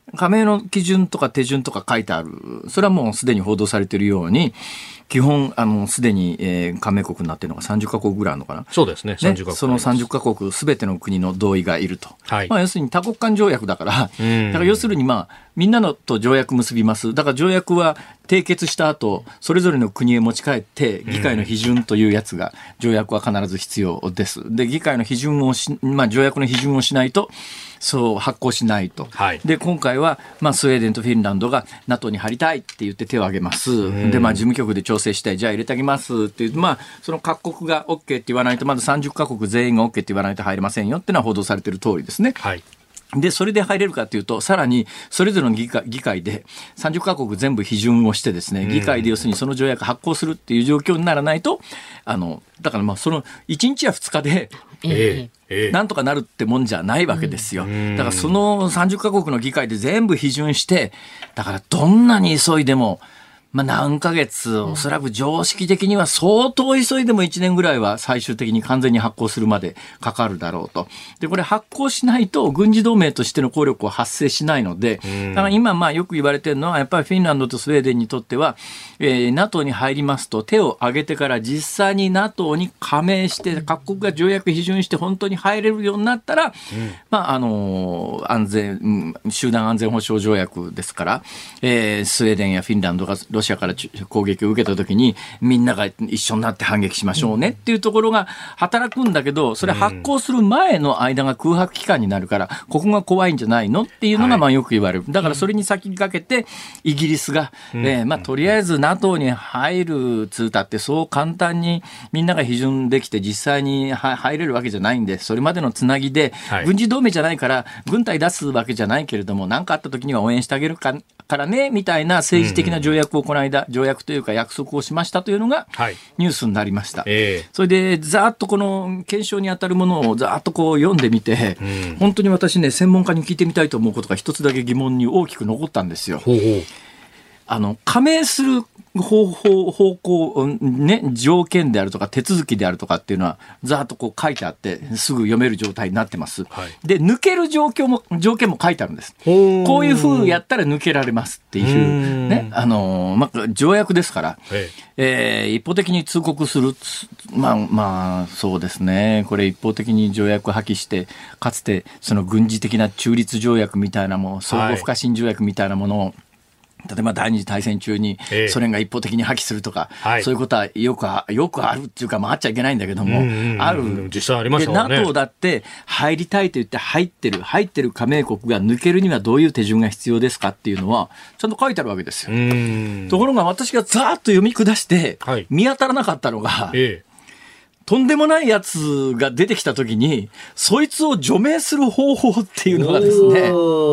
[SPEAKER 1] 加盟の基準とか手順とか書いてある。それはもうすでに報道されているように、基本、あの、すでに、えー、加盟国になっているのがさんじゅっかこくぐらいあるのかな。
[SPEAKER 3] そうですね。さんじゅっかこく。
[SPEAKER 1] そのさんじゅっかこくすべての国の同意がいると。
[SPEAKER 3] はい。
[SPEAKER 1] まあ、要するに多国間条約だから、だから要するにまあ、みんなのと条約結びます。だから条約は締結した後、それぞれの国へ持ち帰って、議会の批准というやつが、条約は必ず必要です。で、議会の批准をし、まあ、条約の批准をしないと、そう発行しないと、はい、で今回は、まあ、スウェーデンとフィンランドが ナトー に入りたいって言って手を挙げます。で、まあ、事務局で調整してじゃあ入れてあげますっていう、まあ、その各国が OK って言わないとまずさんじゅっかこく全員が OK って言わないと入れませんよっていうのは報道されている通りですね。はい。で、それで入れるかというと、さらに、それぞれの議会、議会でさんじゅっかこく全部批准をしてですね、議会で要するにその条約発行するっていう状況にならないと、あの、だからまあ、そのいちにちやふつかで、ええ、なんとかなるってもんじゃないわけですよ。だからそのさんじゅっかこくの議会で全部批准して、だからどんなに急いでも、まあ、何ヶ月、おそらく常識的には相当急いでもいちねんぐらいは最終的に完全に発行するまでかかるだろうと。で、これ発行しないと軍事同盟としての効力は発生しないので、だから今まあよく言われてるのはやっぱりフィンランドとスウェーデンにとっては、えー、ナトー に入りますと手を挙げてから実際に ナトー に加盟して各国が条約批准して本当に入れるようになったら、うん、まああの安全、集団安全保障条約ですから、えー、スウェーデンやフィンランドがロシアから攻撃を受けたときにみんなが一緒になって反撃しましょうねっていうところが働くんだけど、それ発行する前の間が空白期間になるからここが怖いんじゃないのっていうのがまあよく言われる。だからそれに先駆けてイギリスが、えー、まあとりあえず ナトー に入る通達ってそう簡単にみんなが批准できて実際に入れるわけじゃないんで、それまでのつなぎで軍事同盟じゃないから軍隊出すわけじゃないけれども何かあった時には応援してあげるかからねみたいな政治的な条約をこの間条約というか約束をしましたというのがニュースになりました、はいえー、それでざーっとこの検証に当たるものをざーっとこう読んでみて、うん、本当に私ね専門家に聞いてみたいと思うことが一つだけ疑問に大きく残ったんですよ。ほうほう。あの加盟する方法、方向、ね、条件であるとか手続きであるとかっていうのはざーっとこう書いてあってすぐ読める状態になってます、はい、で抜ける状況も条件も書いてあるんです。こういう風やったら抜けられますっていうね、あのまあ、条約ですから、えー、一方的に通告する、まあまあそうですね、これ一方的に条約を破棄してかつてその軍事的な中立条約みたいなもの、相互不可侵条約みたいなものを、はい、例えば第二次大戦中にソ連が一方的に破棄するとか、ええ、そういうことはよくあ、よくあるっていうか、まあ、あっちゃいけないんだけども、うんうんうん、ある。
[SPEAKER 3] 実際ありましたもんね。
[SPEAKER 1] ナトー だって入りたいと言って入ってる、入ってる加盟国が抜けるにはどういう手順が必要ですかっていうのは、ちゃんと書いてあるわけですよ。うんところが私がざーっと読み下して、はい、見当たらなかったのが、ええ、とんでもないやつが出てきたときに、そいつを除名する方法っていうのがですね、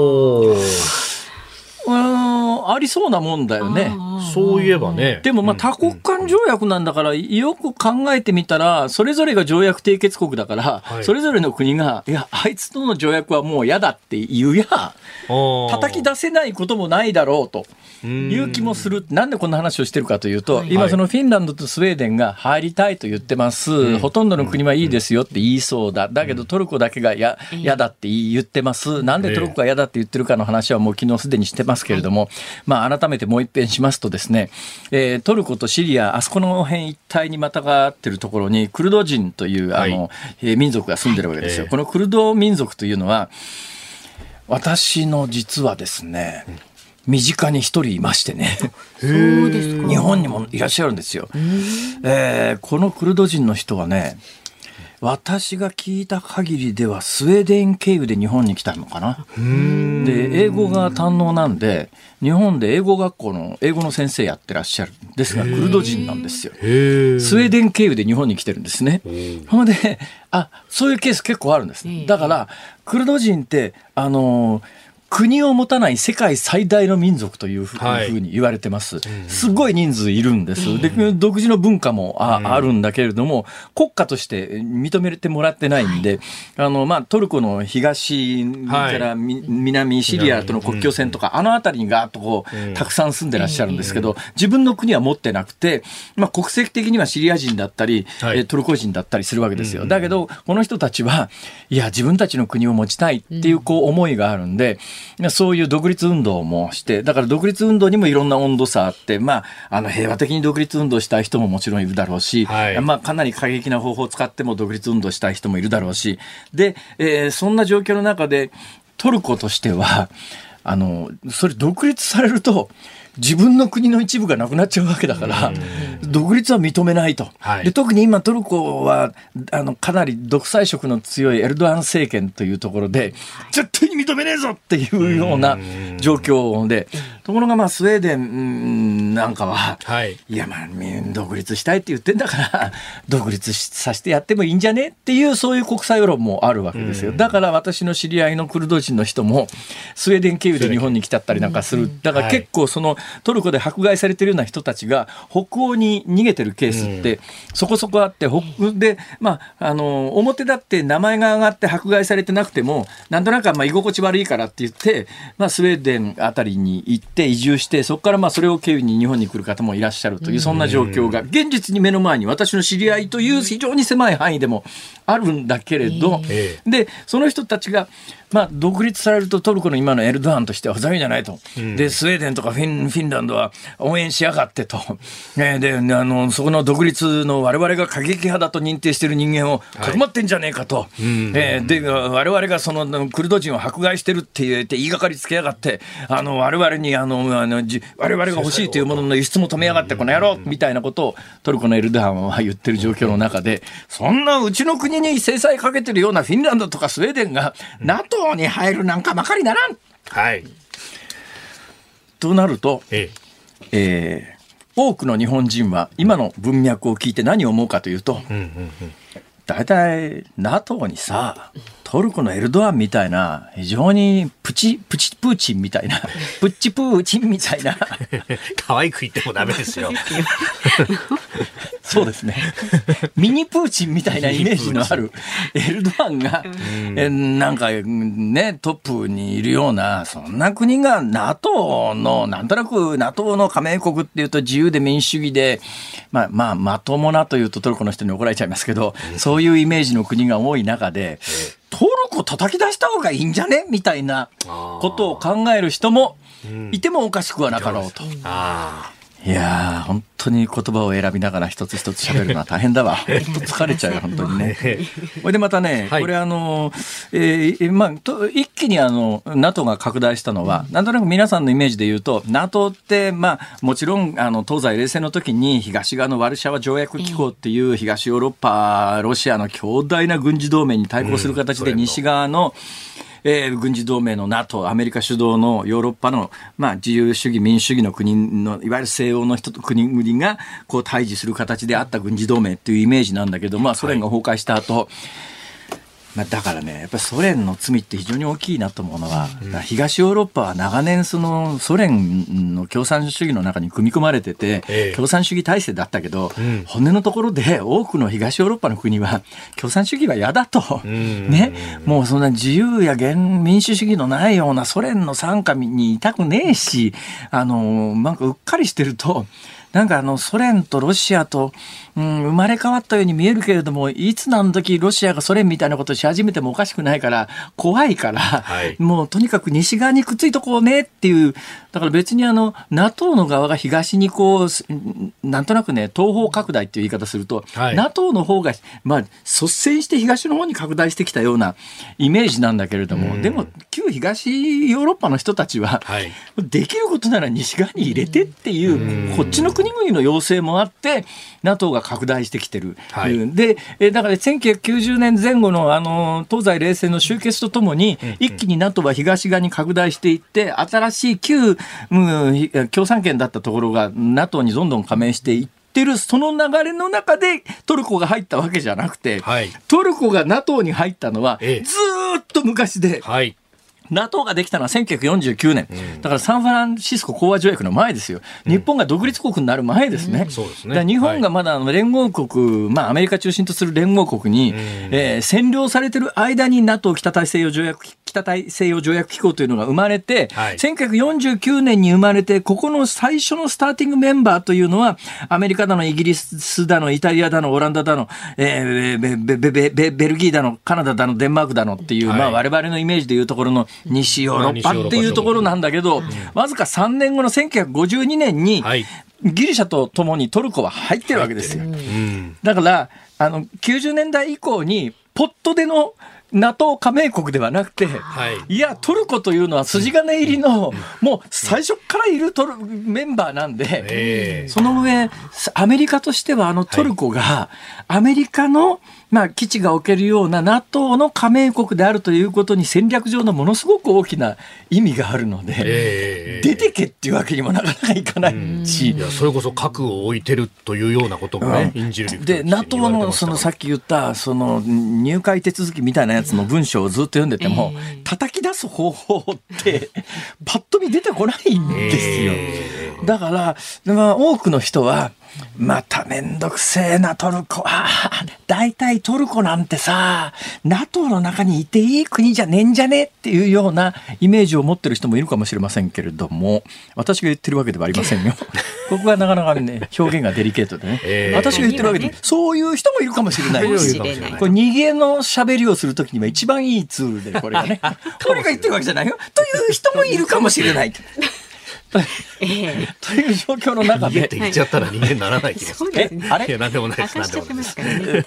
[SPEAKER 1] うーん、ありそうなもんだよね。
[SPEAKER 3] そういえばね。
[SPEAKER 1] でもまあ多国間条約なんだから、よく考えてみたらそれぞれが条約締結国だから、はい、それぞれの国がいやあいつとの条約はもう嫌だって言うや叩き出せないこともないだろうという気もする。なんでこんな話をしてるかというと、はい、今そのフィンランドとスウェーデンが入りたいと言ってます、うん、ほとんどの国はいいですよって言いそうだ。だけどトルコだけがや嫌だって言ってます。なんでトルコが嫌だって言ってるかの話はもう昨日すでにしてますけれども、まあ、改めてもう一遍しますとですね、えー、トルコとシリアあそこの辺一帯にまたがってるところにクルド人というあの、はいえー、民族が住んでるわけですよ、はいえー、このクルド民族というのは私の実はですね、うん身近に一人いましてね
[SPEAKER 2] そうですか。
[SPEAKER 1] 日本にもいらっしゃるんですよ、えー、このクルド人の人はね私が聞いた限りではスウェーデン経由で日本に来たのかな。で英語が堪能なんで日本で英語学校の英語の先生やってらっしゃるんですがクルド人なんですよ。スウェーデン経由で日本に来てるんですね。ほんであそういうケース結構あるんです。だからクルド人ってあのー国を持たない世界最大の民族というふうに言われてます、はい、すごい人数いるんです。で独自の文化も あ,、うん、あるんだけれども国家として認めてもらってないんで、はい、あのまあ、トルコの東から、はい、南シリアとの国境線とか、うん、あの辺りにガーッとこう、うん、たくさん住んでらっしゃるんですけど、うん、自分の国は持ってなくて、まあ、国籍的にはシリア人だったり、はい、トルコ人だったりするわけですよ、うん、だけどこの人たちはいや自分たちの国を持ちたいっていう、こう思いがあるんでそういう独立運動もして、だから独立運動にもいろんな温度差あって、まあ、あの平和的に独立運動したい人ももちろんいるだろうし、はい、まあ、かなり過激な方法を使っても独立運動したい人もいるだろうし、で、えー、そんな状況の中でトルコとしてはあのそれ独立されると自分の国の一部がなくなっちゃうわけだから、独立は認めないと、はい、で特に今トルコはあのかなり独裁色の強いエルドアン政権というところで、絶対に認めねえぞっていうような状況で、ところがまあスウェーデンなんかは、はい、いやまあ独立したいって言ってんだから独立させてやってもいいんじゃねっていう、そういう国際世論もあるわけですよ。だから私の知り合いのクルド人の人もスウェーデン経由で日本に来たったりなんかする。だから結構そのトルコで迫害されているような人たちが北欧に逃げてるケースってそこそこあって、北で、まあ、あの表立って名前が上がって迫害されてなくてもなんとなくまあ居心地悪いからって言って、まあ、スウェーデンあたりに行って移住して、そこからまあそれを経由に日本に来る方もいらっしゃるという、そんな状況が現実に目の前に私の知り合いという非常に狭い範囲でもあるんだけれど、でその人たちがまあ、独立されるとトルコの今のエルドアンとしてはふざけじゃないと、うん、でスウェーデンとかフィン、フィンランドは応援しやがってと、ね、であのそこの独立の我々が過激派だと認定している人間をかくまってんじゃねえかと、はい、えー、で我々がそのクルド人を迫害してるって言って言いがかりつけやがって、あの我々にあのあの我々が欲しいというものの輸出も止めやがってこの野郎みたいなことをトルコのエルドアンは言ってる状況の中で、そんなうちの国に制裁かけてるようなフィンランドとかスウェーデンが NATOに入るなんかばかりならん、はい、となると、えええー、多くの日本人は今の文脈を聞いて何を思うかというと、うんうんうん、だいたい NATO にさトルコのエルドアンみたいな非常にプチプチプーチンみたいなプッチプーチンみたいな
[SPEAKER 3] 可愛く言ってもダメですよ
[SPEAKER 1] そうですねミニプーチンみたいなイメージのあるエルドアンが、うん、えなんかねトップにいるようなそんな国が NATO のなんとなく NATO の加盟国っていうと自由で民主主義で、まあ、まあまともなというとトルコの人に怒られちゃいますけど、そういうイメージの国が多い中でトルコ叩き出した方がいいんじゃねみたいなことを考える人もいてもおかしくはなかろうと。あいやー本当に言葉を選びながら一つ一つ喋るのは大変だわ本当疲れちゃうよ本当にねこれでまたね、はい、これあの、えーまあ、と一気にあの NATO が拡大したのは、うん、なんとなく皆さんのイメージで言うと NATO って、まあ、もちろんあの東西冷戦の時に東側のワルシャワ条約機構っていう東ヨーロッパロシアの強大な軍事同盟に対抗する形で西側の、うんえー、軍事同盟の NATO アメリカ主導のヨーロッパの、まあ、自由主義民主主義の国のいわゆる西欧の人と国々がこう対峙する形であった軍事同盟っていうイメージなんだけど、まあ、ソ連が崩壊した後、はいまあ、だからねやっぱりソ連の罪って非常に大きいなと思うのは、うん、東ヨーロッパは長年そのソ連の共産主義の中に組み込まれてて、ええ、共産主義体制だったけど、うん、本音のところで多くの東ヨーロッパの国は共産主義は嫌だと、うん、ね、もうそんな自由や民主主義のないようなソ連の傘下にいたくねえし、あのなんかうっかりしてるとなんかあのソ連とロシアと、うん、生まれ変わったように見えるけれどもいつ何時ロシアがソ連みたいなことをし始めてもおかしくないから怖いから、はい、もうとにかく西側にくっついとこうねっていうだから別にあの NATO の側が東にこうなんとなくね東方拡大っていう言い方すると、はい、NATO の方が、まあ、率先して東の方に拡大してきたようなイメージなんだけれども、でも旧東ヨーロッパの人たちは、はい、できることなら西側に入れてっていうこっちの国々の要請もあって NATO が拡大してきてる、はい、でだからせんきゅうひゃくきゅうじゅうねんぜん後 の, あの東西冷戦の終結とともに、うんうん、一気に NATO は東側に拡大していって新しい旧、うん、共産圏だったところが NATO にどんどん加盟していってるその流れの中でトルコが入ったわけじゃなくて、はい、トルコが NATO に入ったのはずっと昔で、はい、NATO ができたのはせんきゅうひゃくよんじゅうきゅうねん、うん、だからサンフランシスコ講和条約の前ですよ、うん、日本が独立国になる前ですね、うん、そうですね。だから日本がまだあの連合国、はい、まあ、アメリカ中心とする連合国に、うん、えー、占領されてる間に NATO 北大西洋条約機北大西洋条約機構というのが生まれて、
[SPEAKER 3] はい、
[SPEAKER 1] せんきゅうひゃくよんじゅうきゅうねんに生まれて、ここの最初のスターティングメンバーというのは、アメリカだの、イギリスだの、イタリアだの、オランダだの、えー、ベ, ベ, ベ, ベ, ベルギーだの、カナダだの、デンマークだのっていう、はい、まあ我々のイメージでいうところの西ヨーロッパっていうところなんだけど、わずかさんねんごのせんきゅうひゃくごじゅうにねんに、はい、ギリシャとともにトルコは入ってるわけですよ。だからあのきゅうじゅうねんだい以降にポットでのNATO 加盟国ではなくて、はい、いやトルコというのは筋金入りの、うん、もう最初からいるトルメンバーなんで、うん、その上アメリカとしてはあのトルコが、はい、アメリカのまあ、基地が置けるような NATO の加盟国であるということに戦略上のものすごく大きな意味があるので、えー、出てけっていうわけにもなかなかいかないし、
[SPEAKER 3] いやそれこそ核を置いてるというようなこともね、うん、印じる
[SPEAKER 1] で NATO の, そのさっき言ったその入会手続きみたいなやつの文章をずっと読んでても、えー、叩き出す方法ってパッと見出てこないんですよ、えー、だから、まあ、多くの人はまためんどくせえなトルコ、だいたいトルコなんてさ NATO の中にいていい国じゃねえんじゃねっていうようなイメージを持ってる人もいるかもしれませんけれども、私が言ってるわけではありませんよここはなかなかね表現がデリケートでね、えー、私が言ってるわけで、ね、そういう人もいるかもしれない。これ逃げの喋りをするときには一番いいツールでこれがねこれが言ってるわけじゃないよという人もいるかもしれないえー、という状況の中で
[SPEAKER 3] 言っちゃったら人間にならない気がする、はい、
[SPEAKER 1] えあれ
[SPEAKER 3] いや何でもないです。何でもないです、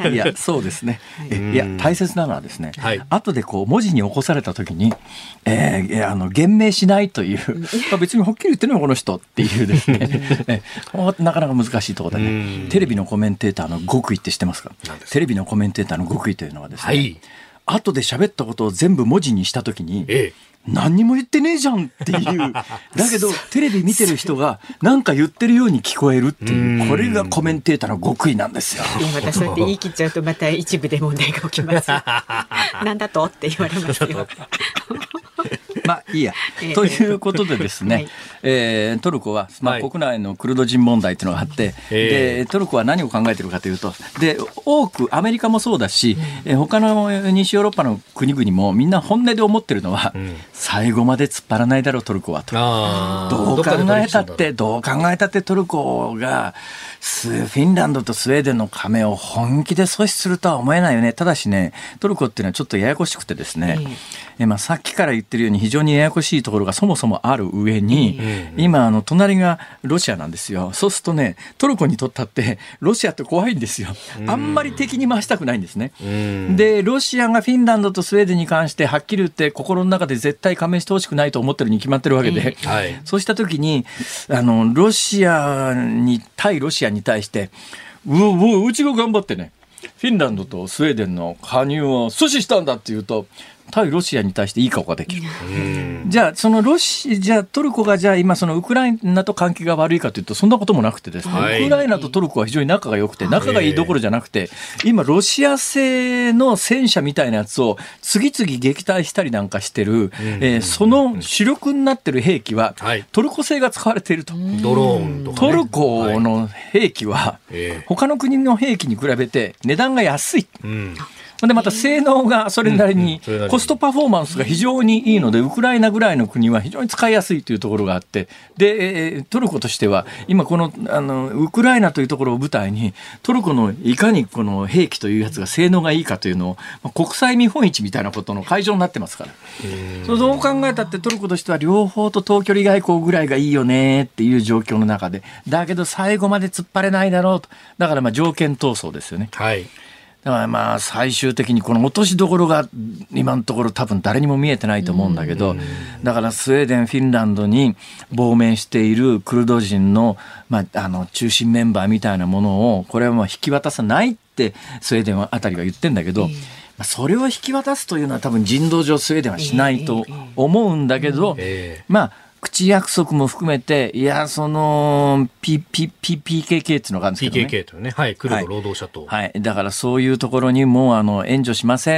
[SPEAKER 1] ね、いやそうですね、はい、いや大切なのはですね、はい、後でこう文字に起こされた時に、えー、あの言明しないという、まあ、別にはっきり言ってるのこの人っていうですねえなかなか難しいところでね、テレビのコメンテーターの極意って知ってますか？テレビのコメンテーターの極意というのはですね、はい、後で喋ったことを全部文字にした時に、ええ何にも言ってねえじゃんっていうだけどテレビ見てる人が何か言ってるように聞こえるっていう、これがコメンテーターの極意なんですよ。
[SPEAKER 2] いやまたそうやって言い切っちゃうとまた一部で問題が起きますなんだとって言われますよ
[SPEAKER 1] まあいいや、えー、ということでですね、はいえー、トルコは、まあ、国内のクルド人問題というのがあって、はい、でトルコは何を考えているかというと、で多くアメリカもそうだし、うん、え他の西ヨーロッパの国々もみんな本音で思ってるのは、うん、最後まで突っ張らないだろうトルコはと。どう考えたってどう考えたってトルコがフィンランドとスウェーデンの加盟を本気で阻止するとは思えないよね。ただしねトルコっていうのはちょっとややこしくてですね、うんえまあ、さっきから言ってるように非常にややこしいところがそもそもある上に、うん、今あの隣がロシアなんですよ。そうするとねトルコにとったってロシアって怖いんですよ。あんまり敵に回したくないんですね、うん、でロシアがフィンランドとスウェーデンに関してはっきり言って心の中で絶対加盟してほしくないと思ってるに決まってるわけで、うんはい、そうした時にあのロシアに対ロシアに対してう, う, うちが頑張ってねフィンランドとスウェーデンの加入を阻止したんだっていうと対ロシアに対していい顔ができる。じゃあそのロシじゃあトルコがじゃあ今そのウクライナと関係が悪いかというとそんなこともなくてですね、はい、ウクライナとトルコは非常に仲が良くて仲がいいどころじゃなくて今ロシア製の戦車みたいなやつを次々撃退したりなんかしてる、えー、その主力になってる兵器はトルコ製が使われていると。
[SPEAKER 3] ドローンとか、ね、
[SPEAKER 1] トルコの兵器は他の国の兵器に比べて値段が安い、うんでまた性能がそれなりにコストパフォーマンスが非常にいいのでウクライナぐらいの国は非常に使いやすいというところがあって、でトルコとしては今このあのウクライナというところを舞台にトルコのいかにこの兵器というやつが性能がいいかというのを国際見本市みたいなことの会場になってますから、それどう考えたってトルコとしては両方と遠距離外交ぐらいがいいよねっていう状況の中で、だけど最後まで突っ張れないだろうと。だからまあ条件闘争ですよね。はいだからまあ最終的にこの落としどころが今のところ多分誰にも見えてないと思うんだけど、だからスウェーデンフィンランドに亡命しているクルド人のまああの中心メンバーみたいなものをこれはもう引き渡さないってスウェーデンあたりが言ってんだけど、それを引き渡すというのは多分人道上スウェーデンはしないと思うんだけど、まあ口約束も含めて、いや、その、P、P、P、ピーケーケー っていうのがあるんですけどね。
[SPEAKER 3] ピーケーケー というね、はい、クルド労働者党。
[SPEAKER 1] はい、はい。だからそういうところにも、あの、援助しませんっ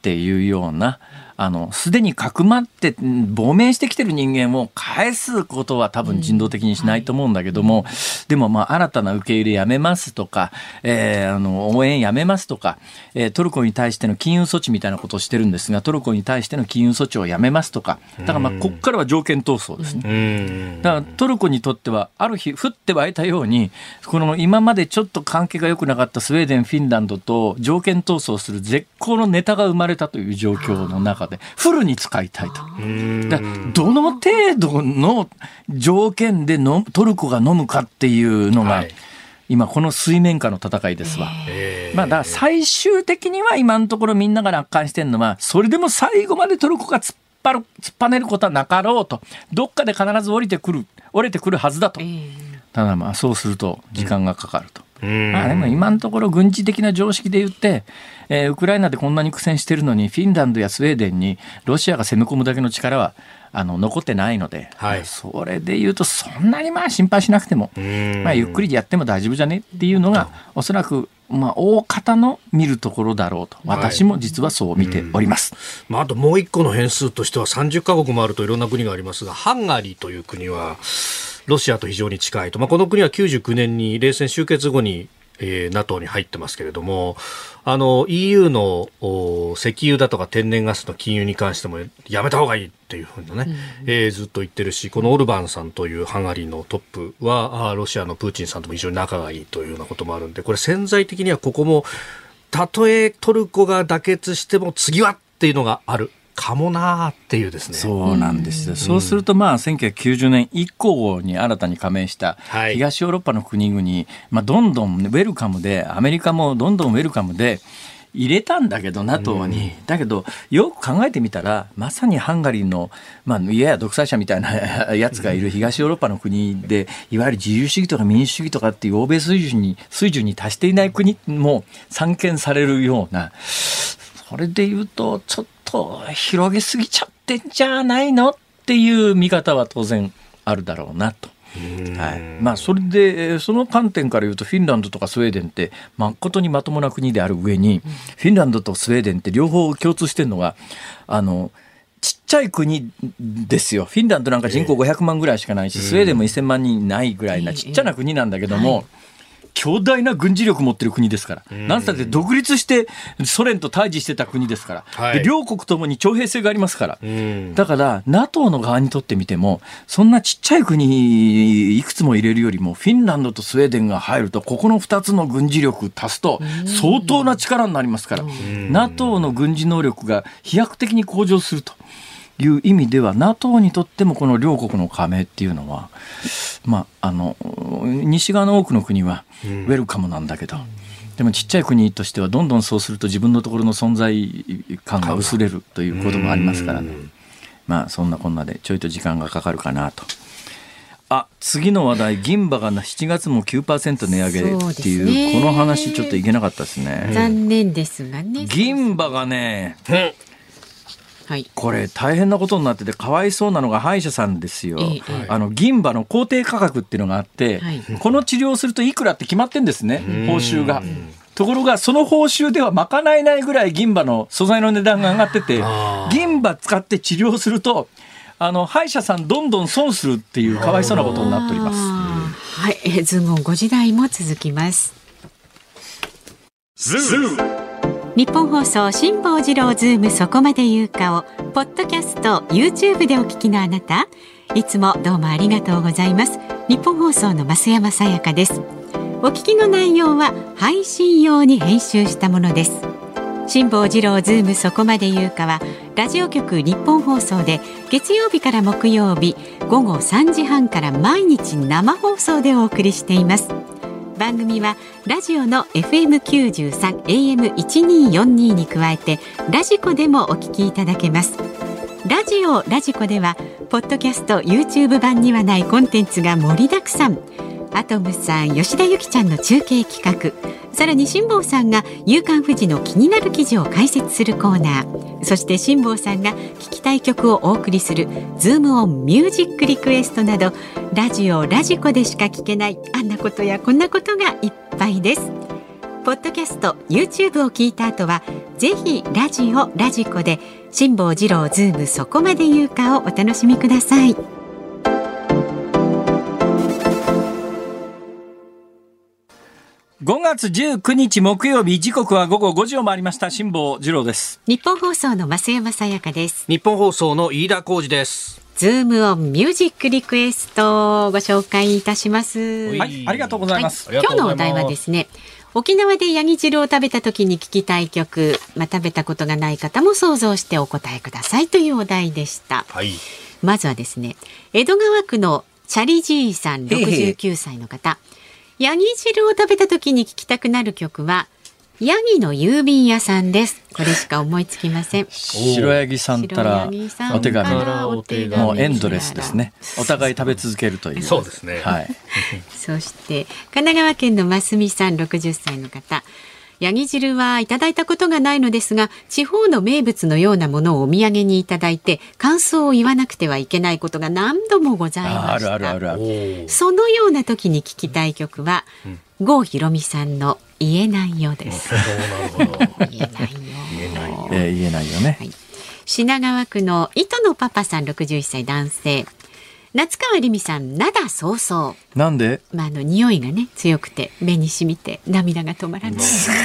[SPEAKER 1] っていうようなあのすでにかくまって亡命してきてる人間を返すことは多分人道的にしないと思うんだけども、うんはい、でもまあ新たな受け入れやめますとか、えー、あの応援やめますとか、えー、トルコに対しての金融措置みたいなことをしてるんですがトルコに対しての金融措置をやめますとかだからまあここからは条件闘争ですね、うん、だからトルコにとってはある日降って湧いたようにこの今までちょっと関係が良くなかったスウェーデンフィンランドと条件闘争する絶好のネタが生まれたという状況の中でフルに使いたいと。だどの程度の条件でのトルコが飲むかっていうのが、はい、今この水面下の戦いですわ。まあだから最終的には今のところみんなが楽観してるのはそれでも最後までトルコが突っ張る突っぱねることはなかろうとどっかで必ず降りてくる折れてくるはずだと。ただまあそうすると時間がかかると。うんまあ、でも今のところ軍事的な常識で言って、えー、ウクライナでこんなに苦戦してるのにフィンランドやスウェーデンにロシアが攻め込むだけの力はあの残ってないので、はい、それで言うとそんなにまあ心配しなくても、まあ、ゆっくりやっても大丈夫じゃねっていうのがおそらくまあ大方の見るところだろうと私も実はそう見ております、
[SPEAKER 3] はいまあ、あともう一個の変数としてはさんじゅっかこくもあるといろんな国がありますがハンガリーという国はロシアと非常に近いと、まあ、この国はきゅうじゅうきゅうねんに冷戦終結後にえー、NATO に入ってますけれどもあの イーユー の石油だとか天然ガスの禁輸に関してもやめた方がいいっていうふうなね、うんえー、ずっと言ってるしこのオルバンさんというハンガリーのトップはロシアのプーチンさんとも非常に仲がいいというようなこともあるんでこれ潜在的にはここもたとえトルコが妥結しても次はっていうのがあるかもなっていうですね。
[SPEAKER 1] そうなんですよ、うん、そうするとまあせんきゅうひゃくきゅうじゅうねん以降に新たに加盟した東ヨーロッパの国々、はいまあ、どんどんウェルカムでアメリカもどんどんウェルカムで入れたんだけど NATO に、うん、だけどよく考えてみたらまさにハンガリーの、まあ、いやや独裁者みたいなやつがいる東ヨーロッパの国でいわゆる自由主義とか民主主義とかっていう欧米水準に水準に達していない国も散見されるようなそれでいうとちょっと広げすぎちゃってんじゃないのっていう見方は当然あるだろうなと。はいまあ、それでその観点から言うとフィンランドとかスウェーデンって誠にまともな国である上にフィンランドとスウェーデンって両方共通してるのがあのちっちゃい国ですよ。フィンランドなんか人口ごひゃくまんぐらいしかないしスウェーデンもせんまんにんないぐらいなちっちゃな国なんだけども、はい強大な軍事力持ってる国ですから、なんつったって独立してソ連と対峙してた国ですから、はい、で両国ともに徴兵制がありますから、だから NATO の側にとってみてもそんなちっちゃい国いくつも入れるよりもフィンランドとスウェーデンが入るとここのふたつの軍事力足すと相当な力になりますから NATO の軍事能力が飛躍的に向上するという意味では NATO にとってもこの両国の加盟っていうのは、まあ、あの西側の多くの国はウェルカムなんだけど、うん、でもちっちゃい国としてはどんどんそうすると自分のところの存在感が薄れるということもありますからね、まあそんなこんなでちょいと時間がかかるかなと。あ次の話題銀歯がしちがつも きゅうパーセント 値上げっていう、ね、この話ちょっといけなかったですね。
[SPEAKER 2] 残念ですがね
[SPEAKER 1] 銀歯がね、
[SPEAKER 2] はい、
[SPEAKER 1] これ大変なことになっててかわいそうなのが歯医者さんですよ、ええ、あの銀歯の公定価格っていうのがあって、はい、この治療をするといくらって決まってんですね報酬が。ところがその報酬では賄えないぐらい銀歯の素材の値段が上がってて銀歯使って治療するとあの歯医者さんどんどん損するっていうかわいそうなことになっております。
[SPEAKER 2] はい、えズームオンごじ台も続きます。ズーム日本放送辛坊治郎ズームそこまで言うかをポッドキャスト YouTube でお聞きのあなたいつもどうもありがとうございます。日本放送の増山さやかです。お聞きの内容は配信用に編集したものです。辛坊治郎ズームそこまで言うかはラジオ局日本放送で月曜日から木曜日午後さんじはんから毎日生放送でお送りしています。番組はラジオの エフエムきゅうじゅうさん エーエムせんにひゃくよんじゅうに に加えてラジコでもお聞きいただけます。ラジオラジコではポッドキャスト YouTube 版にはないコンテンツが盛りだくさん。アトムさん吉田ゆきちゃんの中継企画、さらに辛坊さんが夕刊フジの気になる記事を解説するコーナー、そして辛坊さんが聞きたい曲をお送りするズームオンミュージックリクエストなどラジオラジコでしか聞けないあんなことやこんなことがいっぱいです。 ポッドキャスト YouTube を聞いた後はぜひラジオラジコで辛坊治郎ズームそこまで言うかをお楽しみください。
[SPEAKER 1] ごがつじゅうくにち木曜日、時刻は午後ごじを回りました。辛坊治郎です。
[SPEAKER 2] 日本放送の増山さやかです。
[SPEAKER 3] 日本放送の飯田浩司です。
[SPEAKER 2] ズームオンミュージックリクエストをご紹介いたします。
[SPEAKER 1] はい、ありがとうございます。
[SPEAKER 2] はい、今日のお題はですね、沖縄でヤギ汁を食べた時に聴きたい曲、まあ、食べたことがない方も想像してお答えくださいというお題でした。
[SPEAKER 3] はい、
[SPEAKER 2] まずはですね、江戸川区のチャリじいさんろくじゅうきゅうさいの方、ヤギ汁を食べた時に聴きたくなる曲はヤギの郵便屋さんです。これしか思いつきません。
[SPEAKER 1] 白ヤギさんたらお手紙、もうエンドレスですね。お互い食べ続けるという。
[SPEAKER 3] そうですね。
[SPEAKER 1] はい。
[SPEAKER 2] そして神奈川県のますみさんろくじゅっさいの方、ヤギ汁はいただいたことがないのですが、地方の名物のようなものをお土産にいただいて感想を言わなくてはいけないことが何度もございました。
[SPEAKER 1] あるあるあるある。
[SPEAKER 2] そのような時に聴きたい曲は、うん、郷ひろみさんの言えないよです。
[SPEAKER 3] なるほど。
[SPEAKER 2] 言えないよ。
[SPEAKER 3] 言えないよ。
[SPEAKER 1] えー、言えないよね。はい、
[SPEAKER 2] 品川区の糸のパパさんろくじゅういっさい男性、夏川りみさん灘そうそう。
[SPEAKER 1] なんで、
[SPEAKER 2] まあ、あの匂いがね強くて目に染みて涙が止まらない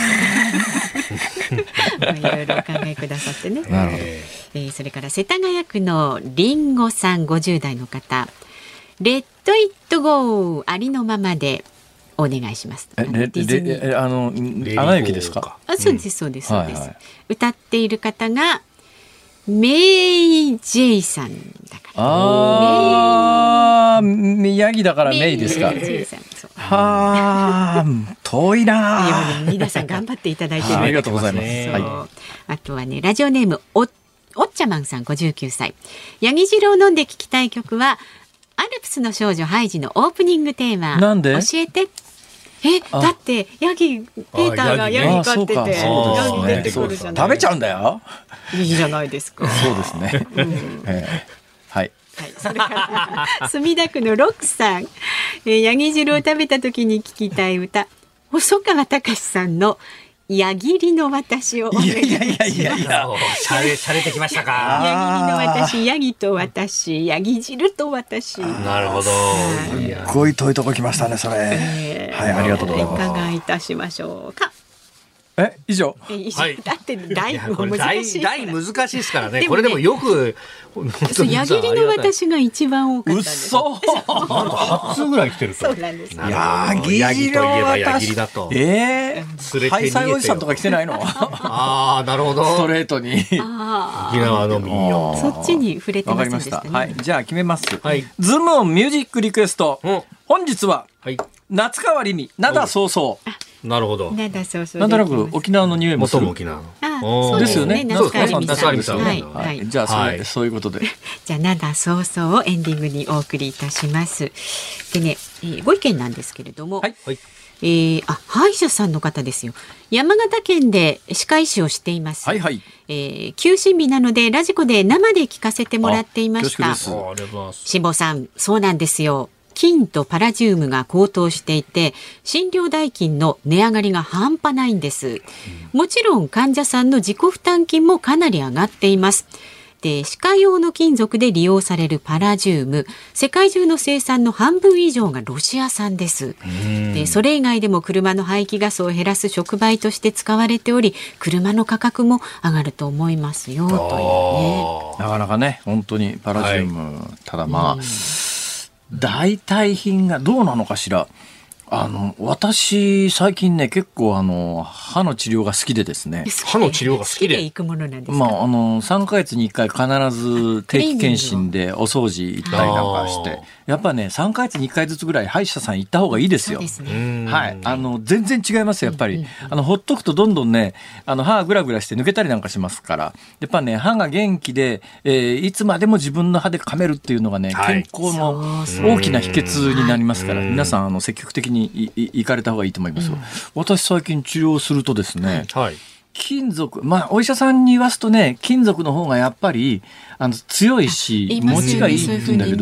[SPEAKER 2] まあいろいろお考えくださってね。
[SPEAKER 1] なるほど。
[SPEAKER 2] えー、それから世田谷区のりんごさんごじゅうだいの方、レッドイットゴーありのままでお願いします。
[SPEAKER 1] えレレえあのアナ雪ですか。
[SPEAKER 2] あ、そうですそうですそうです、
[SPEAKER 1] はいはい、
[SPEAKER 2] 歌っている方がメイジェイさんだから。
[SPEAKER 1] ああ、宮城だからメイですか。はあ、遠いな。
[SPEAKER 2] いや、皆さん頑張っていただいてる。
[SPEAKER 1] ありがとうございます。
[SPEAKER 2] はい、あとはね、ラジオネームおおっちゃまんさんごじゅうきゅうさい。ヤギ汁を飲んで聞きたい曲はアルプスの少女ハイジのオープニングテーマ。
[SPEAKER 1] なんで？
[SPEAKER 2] 教えて。え、だってヤギペーターがヤギ飼っててヤギ出てくるじゃない。
[SPEAKER 1] 食べちゃうんだよ。
[SPEAKER 2] いいじゃないですか。
[SPEAKER 1] そうですね。うん、えー、はい。
[SPEAKER 2] はい、それから墨田区のロックさん、えー、ヤギ汁を食べた時に聞きたい歌、細川たかしさんのヤギりの私をお願いします。
[SPEAKER 1] いやいやいやいや、
[SPEAKER 3] しゃれしゃれてきましたか。
[SPEAKER 2] ヤギりの私、ヤギと私、ヤギ汁と私。
[SPEAKER 3] なるほど。す
[SPEAKER 1] っごい遠いとこ来ましたね、それ。えー、はい、ありがとうございます。
[SPEAKER 2] いかがいたしましょうか。
[SPEAKER 1] え、以上。
[SPEAKER 2] え以上、はい、だって大難しい。
[SPEAKER 3] 大難しいですからね。これでもよく。
[SPEAKER 2] ヤギりの私が一番多かったです。
[SPEAKER 1] 嘘。
[SPEAKER 3] はちつうぐらい来てると。
[SPEAKER 2] そうなんです。
[SPEAKER 3] ヤギといえばヤギりだと。
[SPEAKER 1] ええー。ハイサイおじさんとか来てないの？
[SPEAKER 3] ああ、なるほど。
[SPEAKER 1] ストレートに。沖
[SPEAKER 3] 縄の民謡。
[SPEAKER 2] そっちに触れてませんでしたね。
[SPEAKER 1] はい、じゃあ決めます。
[SPEAKER 3] はい。
[SPEAKER 1] ズームオンミュージックリクエスト。本日は。
[SPEAKER 3] はい。
[SPEAKER 1] 夏川りみ、灘そうそう。
[SPEAKER 3] なるほど。
[SPEAKER 2] 灘そうそう。
[SPEAKER 1] なんとなく沖縄の匂いもする。
[SPEAKER 3] 沖縄の。
[SPEAKER 2] あ、
[SPEAKER 1] ですよね。
[SPEAKER 2] 夏川りみさん。
[SPEAKER 1] はい。じゃあそれそういうことで。
[SPEAKER 2] じゃあ灘そうそうをエンディングにお送りいたします。でね、ご意見なんですけれども。
[SPEAKER 1] はい。
[SPEAKER 2] えー、あ、歯医者さんの方ですよ。山形県で歯科医師をしています。
[SPEAKER 1] はいはい。
[SPEAKER 2] えー、休診日なのでラジコで生で聞かせてもらっていました。辛坊さん、そうなんですよ。金とパラジウムが高騰していて、診療代金の値上がりが半端ないんです。もちろん患者さんの自己負担金もかなり上がっています。で、歯科用の金属で利用されるパラジウム、世界中の生産の半分以上がロシア産です。で、それ以外でも車の排気ガスを減らす触媒として使われており、車の価格も上がると思いますよというね。
[SPEAKER 1] なかなかね、本当にパラジウム、はい、ただまあ、うん、代替品がどうなのかしら。あの私最近ね結構あの歯の治療が好きでですね。
[SPEAKER 3] 歯の治療が好きで。
[SPEAKER 2] 好きで行くものなんですか。
[SPEAKER 1] まああのさんかげつにいっかい必ず定期検診でお掃除行ったりなんかして、やっぱねさんかげつにいっかいずつぐらい歯医者さん行った方がいいですよ。
[SPEAKER 2] そうですね。
[SPEAKER 1] はい、あの全然違いますよやっぱり。あのほっとくとどんどんねあの歯がグラグラして抜けたりなんかしますから、やっぱね歯が元気で、えー、いつまでも自分の歯で噛めるっていうのがね、はい、健康の大きな秘訣になりますから、皆さんあの積極的にいい行かれた方がいいと思いますよ、うん、私最近治療するとですね、はい、金属、まあお医者さんに言わすとね金属の方がやっぱりあの強いし持ちがいいって言うんだけど、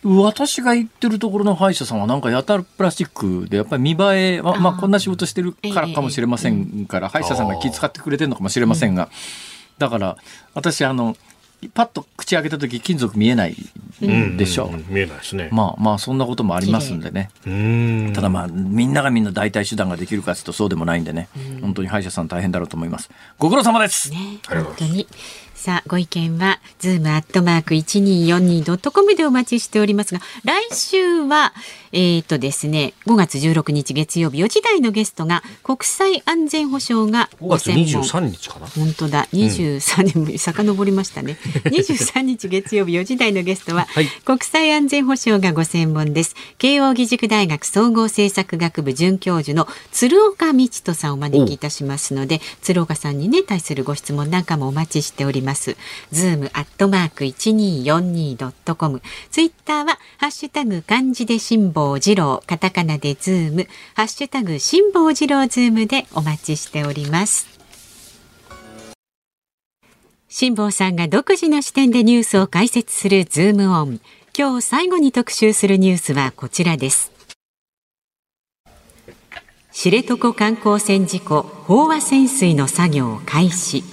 [SPEAKER 1] 私が行ってるところの歯医者さんはなんかやたらプラスチックでやっぱり見栄えは、まあ、こんな仕事してるからかもしれませんから、歯医者さんが気遣ってくれてるのかもしれませんが、だから私あのパッと口開けた時金属見えないでしょ、うんうんうん、
[SPEAKER 3] 見えないですね。
[SPEAKER 1] まあまあそんなこともありますんでね。うーん、ただまあみんながみんな代替手段ができるかというとそうでもないんでね、本当に歯医者さん大変だろうと思います。ご苦労様です、
[SPEAKER 2] ね、本当に。さあご意見はズームアットマーク いちにーよんにードットコム でお待ちしておりますが、来週はえーとですねごがつじゅうろくにち月曜日よじ台のゲストが国際安全保障が
[SPEAKER 3] ごがつにじゅうさんにちかな。
[SPEAKER 2] 本当だ、にじゅうさんねんぶり遡りましたね。にじゅうさんにち月曜日よじ台のゲストは、はい、国際安全保障がご専門です。慶應義塾大学総合政策学部准教授の鶴岡道人さんをお招きいたしますので、鶴岡さんにね対するご質問なんかもお待ちしております。ズームアットマーク いちにーよんにードットコム、 ツイッターはハッシュタグ漢字で辛坊治郎、カタカナでズーム、ハッシュタグ辛坊治郎ズームでお待ちしております。辛坊さんが独自の視点でニュースを解説するズームオン。今日最後に特集するニュースはこちらです。知床観光船事故、飽和潜水の作業開始。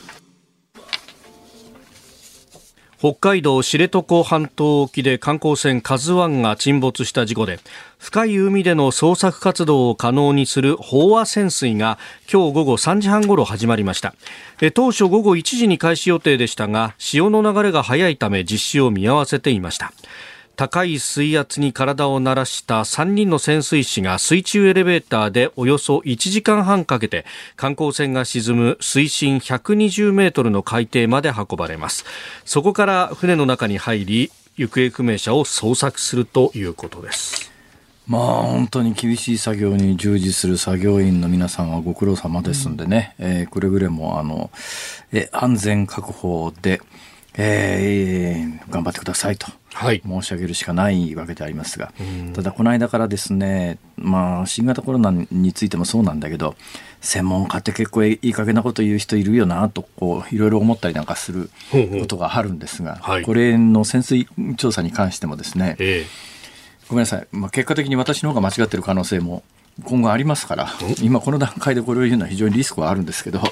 [SPEAKER 3] 北海道知床半島沖で観光船カズワンが沈没した事故で、深い海での捜索活動を可能にする飽和潜水が今日午後さんじはんごろ始まりました。当初午後いちじに開始予定でしたが、潮の流れが速いため実施を見合わせていました。高い水圧に体を慣らしたさんにんの潜水士が水中エレベーターでおよそいちじかんはんかけて観光船が沈む水深ひゃくにじゅうメートルの海底まで運ばれます。そこから船の中に入り行方不明者を捜索するということです。
[SPEAKER 1] まあ本当に厳しい作業に従事する作業員の皆さんはご苦労様ですんでね、うんえー、くれぐれもあのえ安全確保でえー、頑張ってくださいと申し上げるしかないわけでありますが、はい、ただこの間からですね、まあ、新型コロナについてもそうなんだけど、専門家って結構いい加減なこと言う人いるよなとこういろいろ思ったりなんかすることがあるんですが、はい、これの潜水調査に関してもですね、えー、ごめんなさい、まあ、結果的に私の方が間違っている可能性も今後ありますから、今この段階でこれを言うのは非常にリスクはあるんですけど、はい、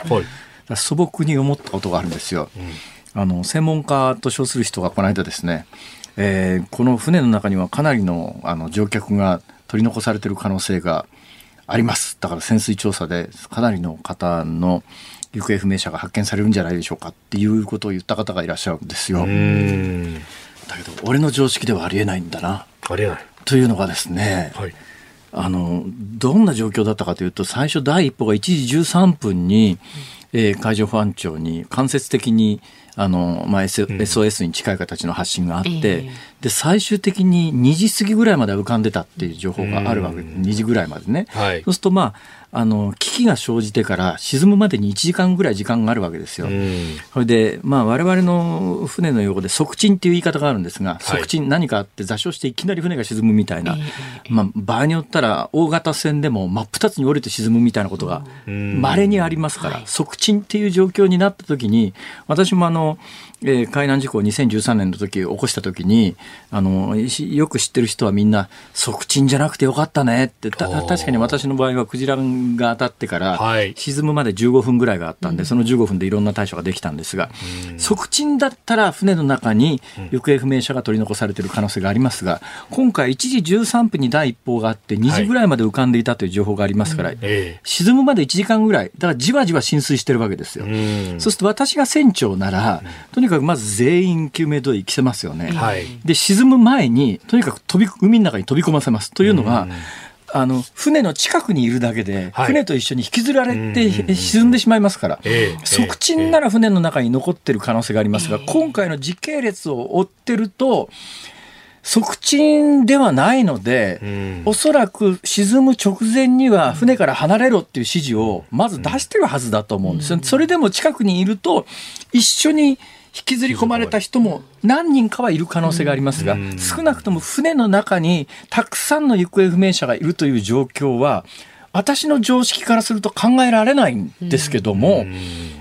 [SPEAKER 1] 素朴に思ったことがあるんですよ。うんあの専門家と称する人がこの間ですね、えー、この船の中にはかなり の, あの乗客が取り残されている可能性があります。だから潜水調査でかなりの方の行方不明者が発見されるんじゃないでしょうかっていうことを言った方がいらっしゃるんですよ。うーんだけど俺の常識ではありえないんだな
[SPEAKER 3] ありえない
[SPEAKER 1] というのがですね、はい、あのどんな状況だったかというと、最初第一報がいちじじゅうさんぷんに、えー、海上保安庁に間接的にあのまあ、エスオーエス に近い形の発信があって、うん、で最終的ににじ過ぎぐらいまで浮かんでたっていう情報があるわけで、うん、にじぐらいまでね、はい、そうするとまああの危機が生じてから沈むまでにいちじかんぐらい時間があるわけですよ。うん、それで、まあ、我々の船の用語で側沈っていう言い方があるんですが、側沈、はい、何かあって座礁していきなり船が沈むみたいな、まあ、場合によったら大型船でも真っ二つに折れて沈むみたいなことが稀にありますから、側沈っていう状況になった時に、私もあのえー、海難事故をにせんじゅうさんねんの時起こした時にあのよく知ってる人はみんな側沈じゃなくてよかったねってた確かに私の場合はクジラが当たってから沈むまでじゅうごふんぐらいがあったんで、はい、そのじゅうごふんでいろんな対処ができたんですが、うん、側沈だったら船の中に行方不明者が取り残されている可能性がありますが、今回いちじじゅうさんぷんに第一報があってにじぐらいまで浮かんでいたという情報がありますから、はい、沈むまでいちじかんぐらいだからじわじわ浸水してるわけですよ。うん、そうすると私が船長なら、うん、とにかくまず全員救命胴衣着せますよね。はい、で沈む前にとにかく飛び海の中に飛び込ませますというのは、うん、あの船の近くにいるだけで、はい、船と一緒に引きずられて沈んでしまいますから、えー、側沈なら船の中に残っている可能性がありますが、えー、今回の時系列を追ってると側沈ではないので、うん、おそらく沈む直前には船から離れろっていう指示をまず出してるはずだと思うんですよ。うん、それでも近くにいると一緒に引きずり込まれた人も何人かはいる可能性がありますが、少なくとも船の中にたくさんの行方不明者がいるという状況は私の常識からすると考えられないんですけども、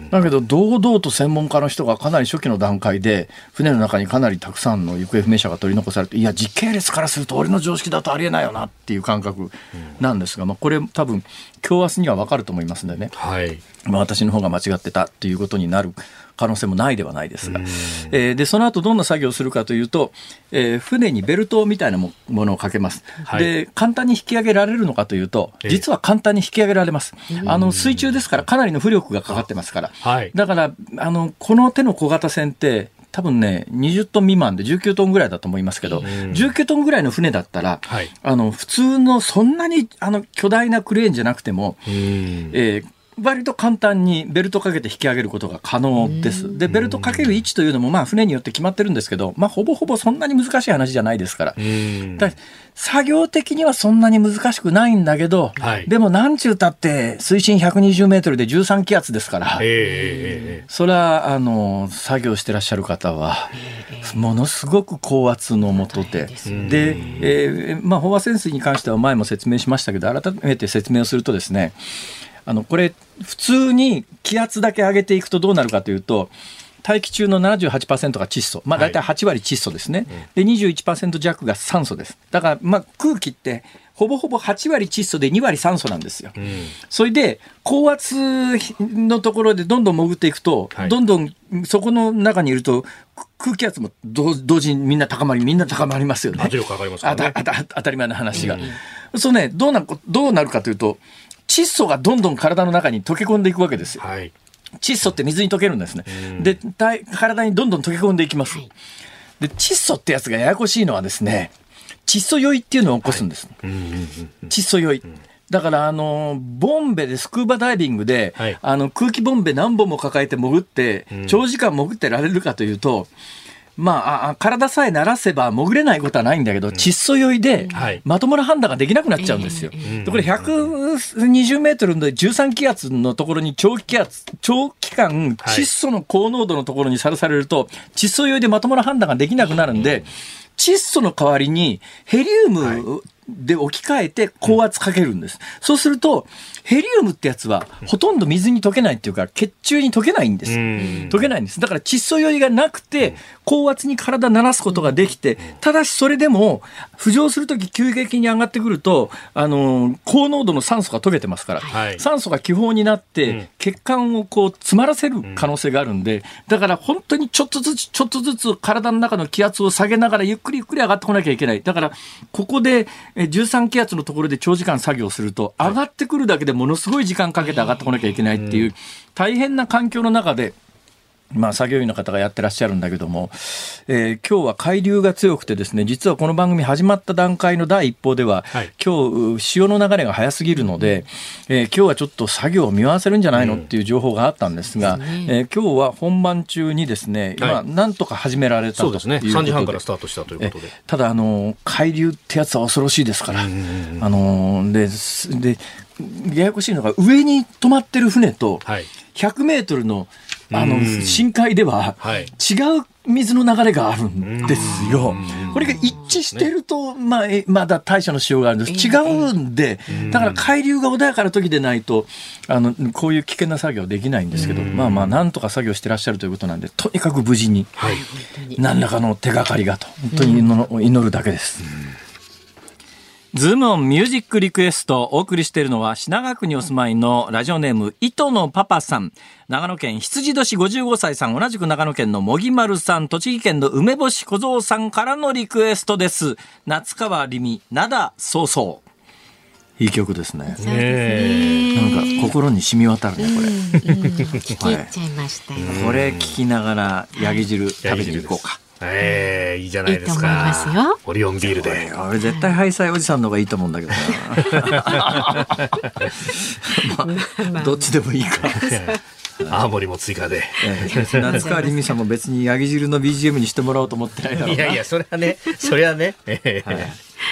[SPEAKER 1] だけど堂々と専門家の人がかなり初期の段階で船の中にかなりたくさんの行方不明者が取り残されて、いや時系列からすると俺の常識だとありえないよなっていう感覚なんですが、まあ、これ多分今日明日には分かると思いますんでね、はい、まあ、私の方が間違ってたっていうことになる可能性もないではないですが、えー、でその後どんな作業をするかというと、えー、船にベルトみたいなものをかけます、はい、で簡単に引き上げられるのかというと、実は簡単に引き上げられます。あの水中ですからかなりの浮力がかかってますから、はい、だからあのこの手の小型船って多分ねにじゅっトン未満でじゅうきゅうトンぐらいだと思いますけど、じゅうきゅうトンぐらいの船だったら、はい、あの普通のそんなにあの巨大なクレーンじゃなくても、えー割と簡単にベルトかけて引き上げることが可能です。で、ベルトかける位置というのもまあ船によって決まってるんですけど、まあほぼほぼそんなに難しい話じゃないですから。だ作業的にはそんなに難しくないんだけど、はい、でもなんちゅうたって水深ひゃくにじゅうメートルでじゅうさん気圧ですから、えー、それはあの作業してらっしゃる方はものすごく高圧の下で、で、えー、まあ飽和潜水に関しては前も説明しましたけど、改めて説明をするとですね、あのこれ普通に気圧だけ上げていくとどうなるかというと、大気中の ななじゅうはちパーセント が窒素、まあ、大体はち割窒素ですね、はい、で にじゅういちパーセント 弱が酸素です。だからまあ空気ってほぼほぼはち割窒素でに割酸素なんですよ、うん、それで高圧のところでどんどん潜っていくと、はい、どんどんそこの中にいると空気圧も同時にみんな高まりみんな高まりますよね。
[SPEAKER 3] 圧力上がりますからね。
[SPEAKER 1] あたあた当たり前の話が、うん、そうね、どうなる、どうなるかというと、窒素がどんどん体の中に溶け込んでいくわけですよ、はい、窒素って水に溶けるんですね、うん、で体にどんどん溶け込んでいきます、はい、で窒素ってやつがややこしいのはですね、窒素酔いっていうのを起こすんです、はい、窒素酔い、うん、だからあのボンベでスクーバダイビングで、はい、あの空気ボンベ何本も抱えて潜って、うん、長時間潜ってられるかというと、まあ、あ体さえ慣らせば潜れないことはないんだけど、窒素酔いでまともな判断ができなくなっちゃうんですよ、でこれひゃくにじゅうメートルのじゅうさん気圧のところに長期気圧長期間窒素の高濃度のところにさらされると、窒素酔いでまともな判断ができなくなるんで、窒素の代わりにヘリウムで置き換えて高圧かけるんです、うん、そうするとヘリウムってやつはほとんど水に溶けないっていうか血中に溶けないんです、うん、溶けないんです。だから窒素酔いがなくて高圧に体慣らすことができて、ただしそれでも浮上するとき急激に上がってくるとあの高濃度の酸素が溶けてますから、はい、酸素が気泡になって血管をこう詰まらせる可能性があるんで、だから本当にちょっとずつちょっとずつ体の中の気圧を下げながらゆっくりゆっくり上がってこなきゃいけない。だからここでじゅうさん気圧のところで長時間作業すると上がってくるだけでものすごい時間かけて上がってこなきゃいけないっていう大変な環境の中で、まあ、作業員の方がやってらっしゃるんだけども、えー、今日は海流が強くてですね、実はこの番組始まった段階の第一報では、はい、今日潮の流れが早すぎるので、えー、今日はちょっと作業を見合わせるんじゃないのっていう情報があったんですが、うんえー、今日は本番中にですね、今なんとか始められたということで、そうですね、さんじはんからスタートしたということで、ただあの海流ってやつは恐ろしいですから、うんうんうん、あのででややこしいのが上に止まってる船とひゃくメートルのあの深海では違う水の流れがあるんですよ。これが一致してると、まあ、まだ対処のしようがあるんです。違うんで、だから海流が穏やかな時でないとあのこういう危険な作業できないんですけど、まあまあなんとか作業してらっしゃるということなんで、とにかく無事に何らかの手がかりがと本当に祈るだけです。ズームオンミュージックリクエストお送りしているのは品川区にお住まいのラジオネーム糸のパパさん、長野県羊年ごじゅうごさいさん、同じく長野県のもぎまるさん、栃木県の梅干し小僧さんからのリクエストです。夏川りみ灘そうそう、いい曲ですね。そうですね、なんか心に染み渡るねこれ、うんうん、
[SPEAKER 2] 聞き入っちゃいましたよ、
[SPEAKER 1] はい、これ聞きながらヤギ汁食べに行こうか。
[SPEAKER 3] えー、いいじゃないですか。いいと思いますよ。オリオンビールで。
[SPEAKER 1] 俺絶対ハイサイおじさんの方がいいと思うんだけどな、まあ、どっちでもいいか
[SPEAKER 3] 青森も追加で、
[SPEAKER 1] えー、夏川りみさんも別にヤギ汁の ビージーエム にしてもらおうと思ってないだろうな。
[SPEAKER 3] いやいやそれはねそれはね、はい、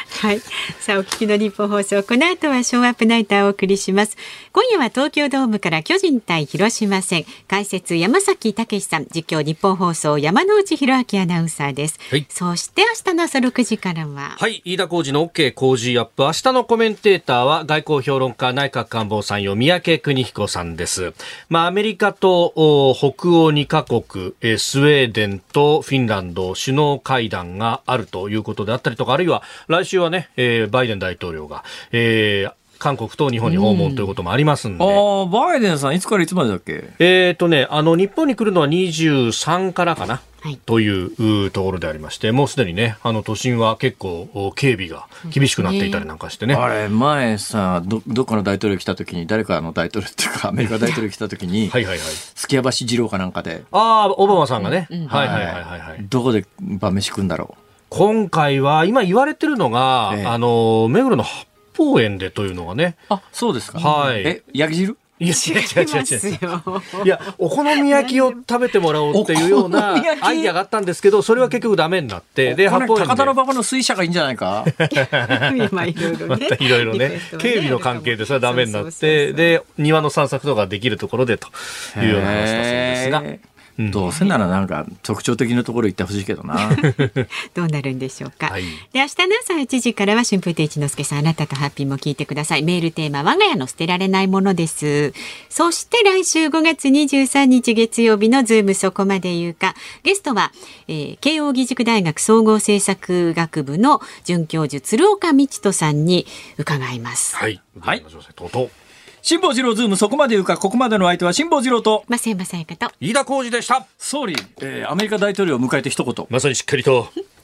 [SPEAKER 2] はい。さあ、お聞きの日本放送、この後はショーアップナイターをお送りします。今夜は東京ドームから巨人対広島戦、解説山崎武さん、実況日本放送山内博明アナウンサーです。はい、そして明日の朝ろくじからは、
[SPEAKER 3] はい、飯田浩司の OK 工事アップ。明日のコメンテーターは外交評論家内閣官房参与三宅邦彦さんです。まあ、アメリカと北欧にカ国、スウェーデンとフィンランド首脳会談があるということであったりとか、あるいは来週はね、えー、バイデン大統領が、えー韓国と日本に訪問ということもありますんで、うん、
[SPEAKER 1] あバイデンさんいつからいつまでだっけ。
[SPEAKER 3] えーとね、あの日本に来るのはにじゅうさんからかな、はい、というところでありまして、もうすでにね、あの都心は結構警備が厳しくなっていたりなんかしてね、
[SPEAKER 1] あれ前さ ど, どっかの大統領来た時に、誰かの大統領っていうかアメリカ大統領来た時にはいはい、はい、すきやばし二郎かなんかで、
[SPEAKER 3] ああオバマさんがね、うんうん、はいはいはいはい、はい、
[SPEAKER 1] どこで晩飯食うんだろう。
[SPEAKER 3] 今回は今言われてるのが、ええ、あの目黒の八芳園でというのがね。
[SPEAKER 1] あ、そうですか。
[SPEAKER 3] はい。
[SPEAKER 1] え、焼き汁？
[SPEAKER 2] いや、違いますよ。
[SPEAKER 3] いや、お好み焼きを食べてもらおうっていうようなアイデアがあったんですけど、それは結局ダメになって、
[SPEAKER 1] で、八芳園で高田馬場の水車がいいんじゃないか。
[SPEAKER 2] まあいろいろね。
[SPEAKER 3] いろいろね。警備の関係でそれはダメになって、で、庭の散策とかできるところでというような話だそうですが。
[SPEAKER 1] うん、どうせならなんか特徴的なところ行ってほしいけどな。
[SPEAKER 2] どうなるんでしょうか。はい、で明日の朝はちじからは春風亭一之輔さん、あなたとハッピーも聞いてください。メールテーマ、我が家の捨てられないものです。そして来週ごがつにじゅうさんにち月曜日のズームそこまで言うか、ゲストは、えー、慶應義塾大学総合政策学部の准教授鶴岡道人さんに伺います。
[SPEAKER 3] はい、はい、とうとう
[SPEAKER 1] 辛坊治郎ズームそこまで言うか。ここまでの相手は辛坊治郎と
[SPEAKER 2] 増山さやかと
[SPEAKER 3] 飯田浩司でした。
[SPEAKER 1] 総理、えー、アメリカ大統領を迎えて一言。
[SPEAKER 3] まさにしっかりと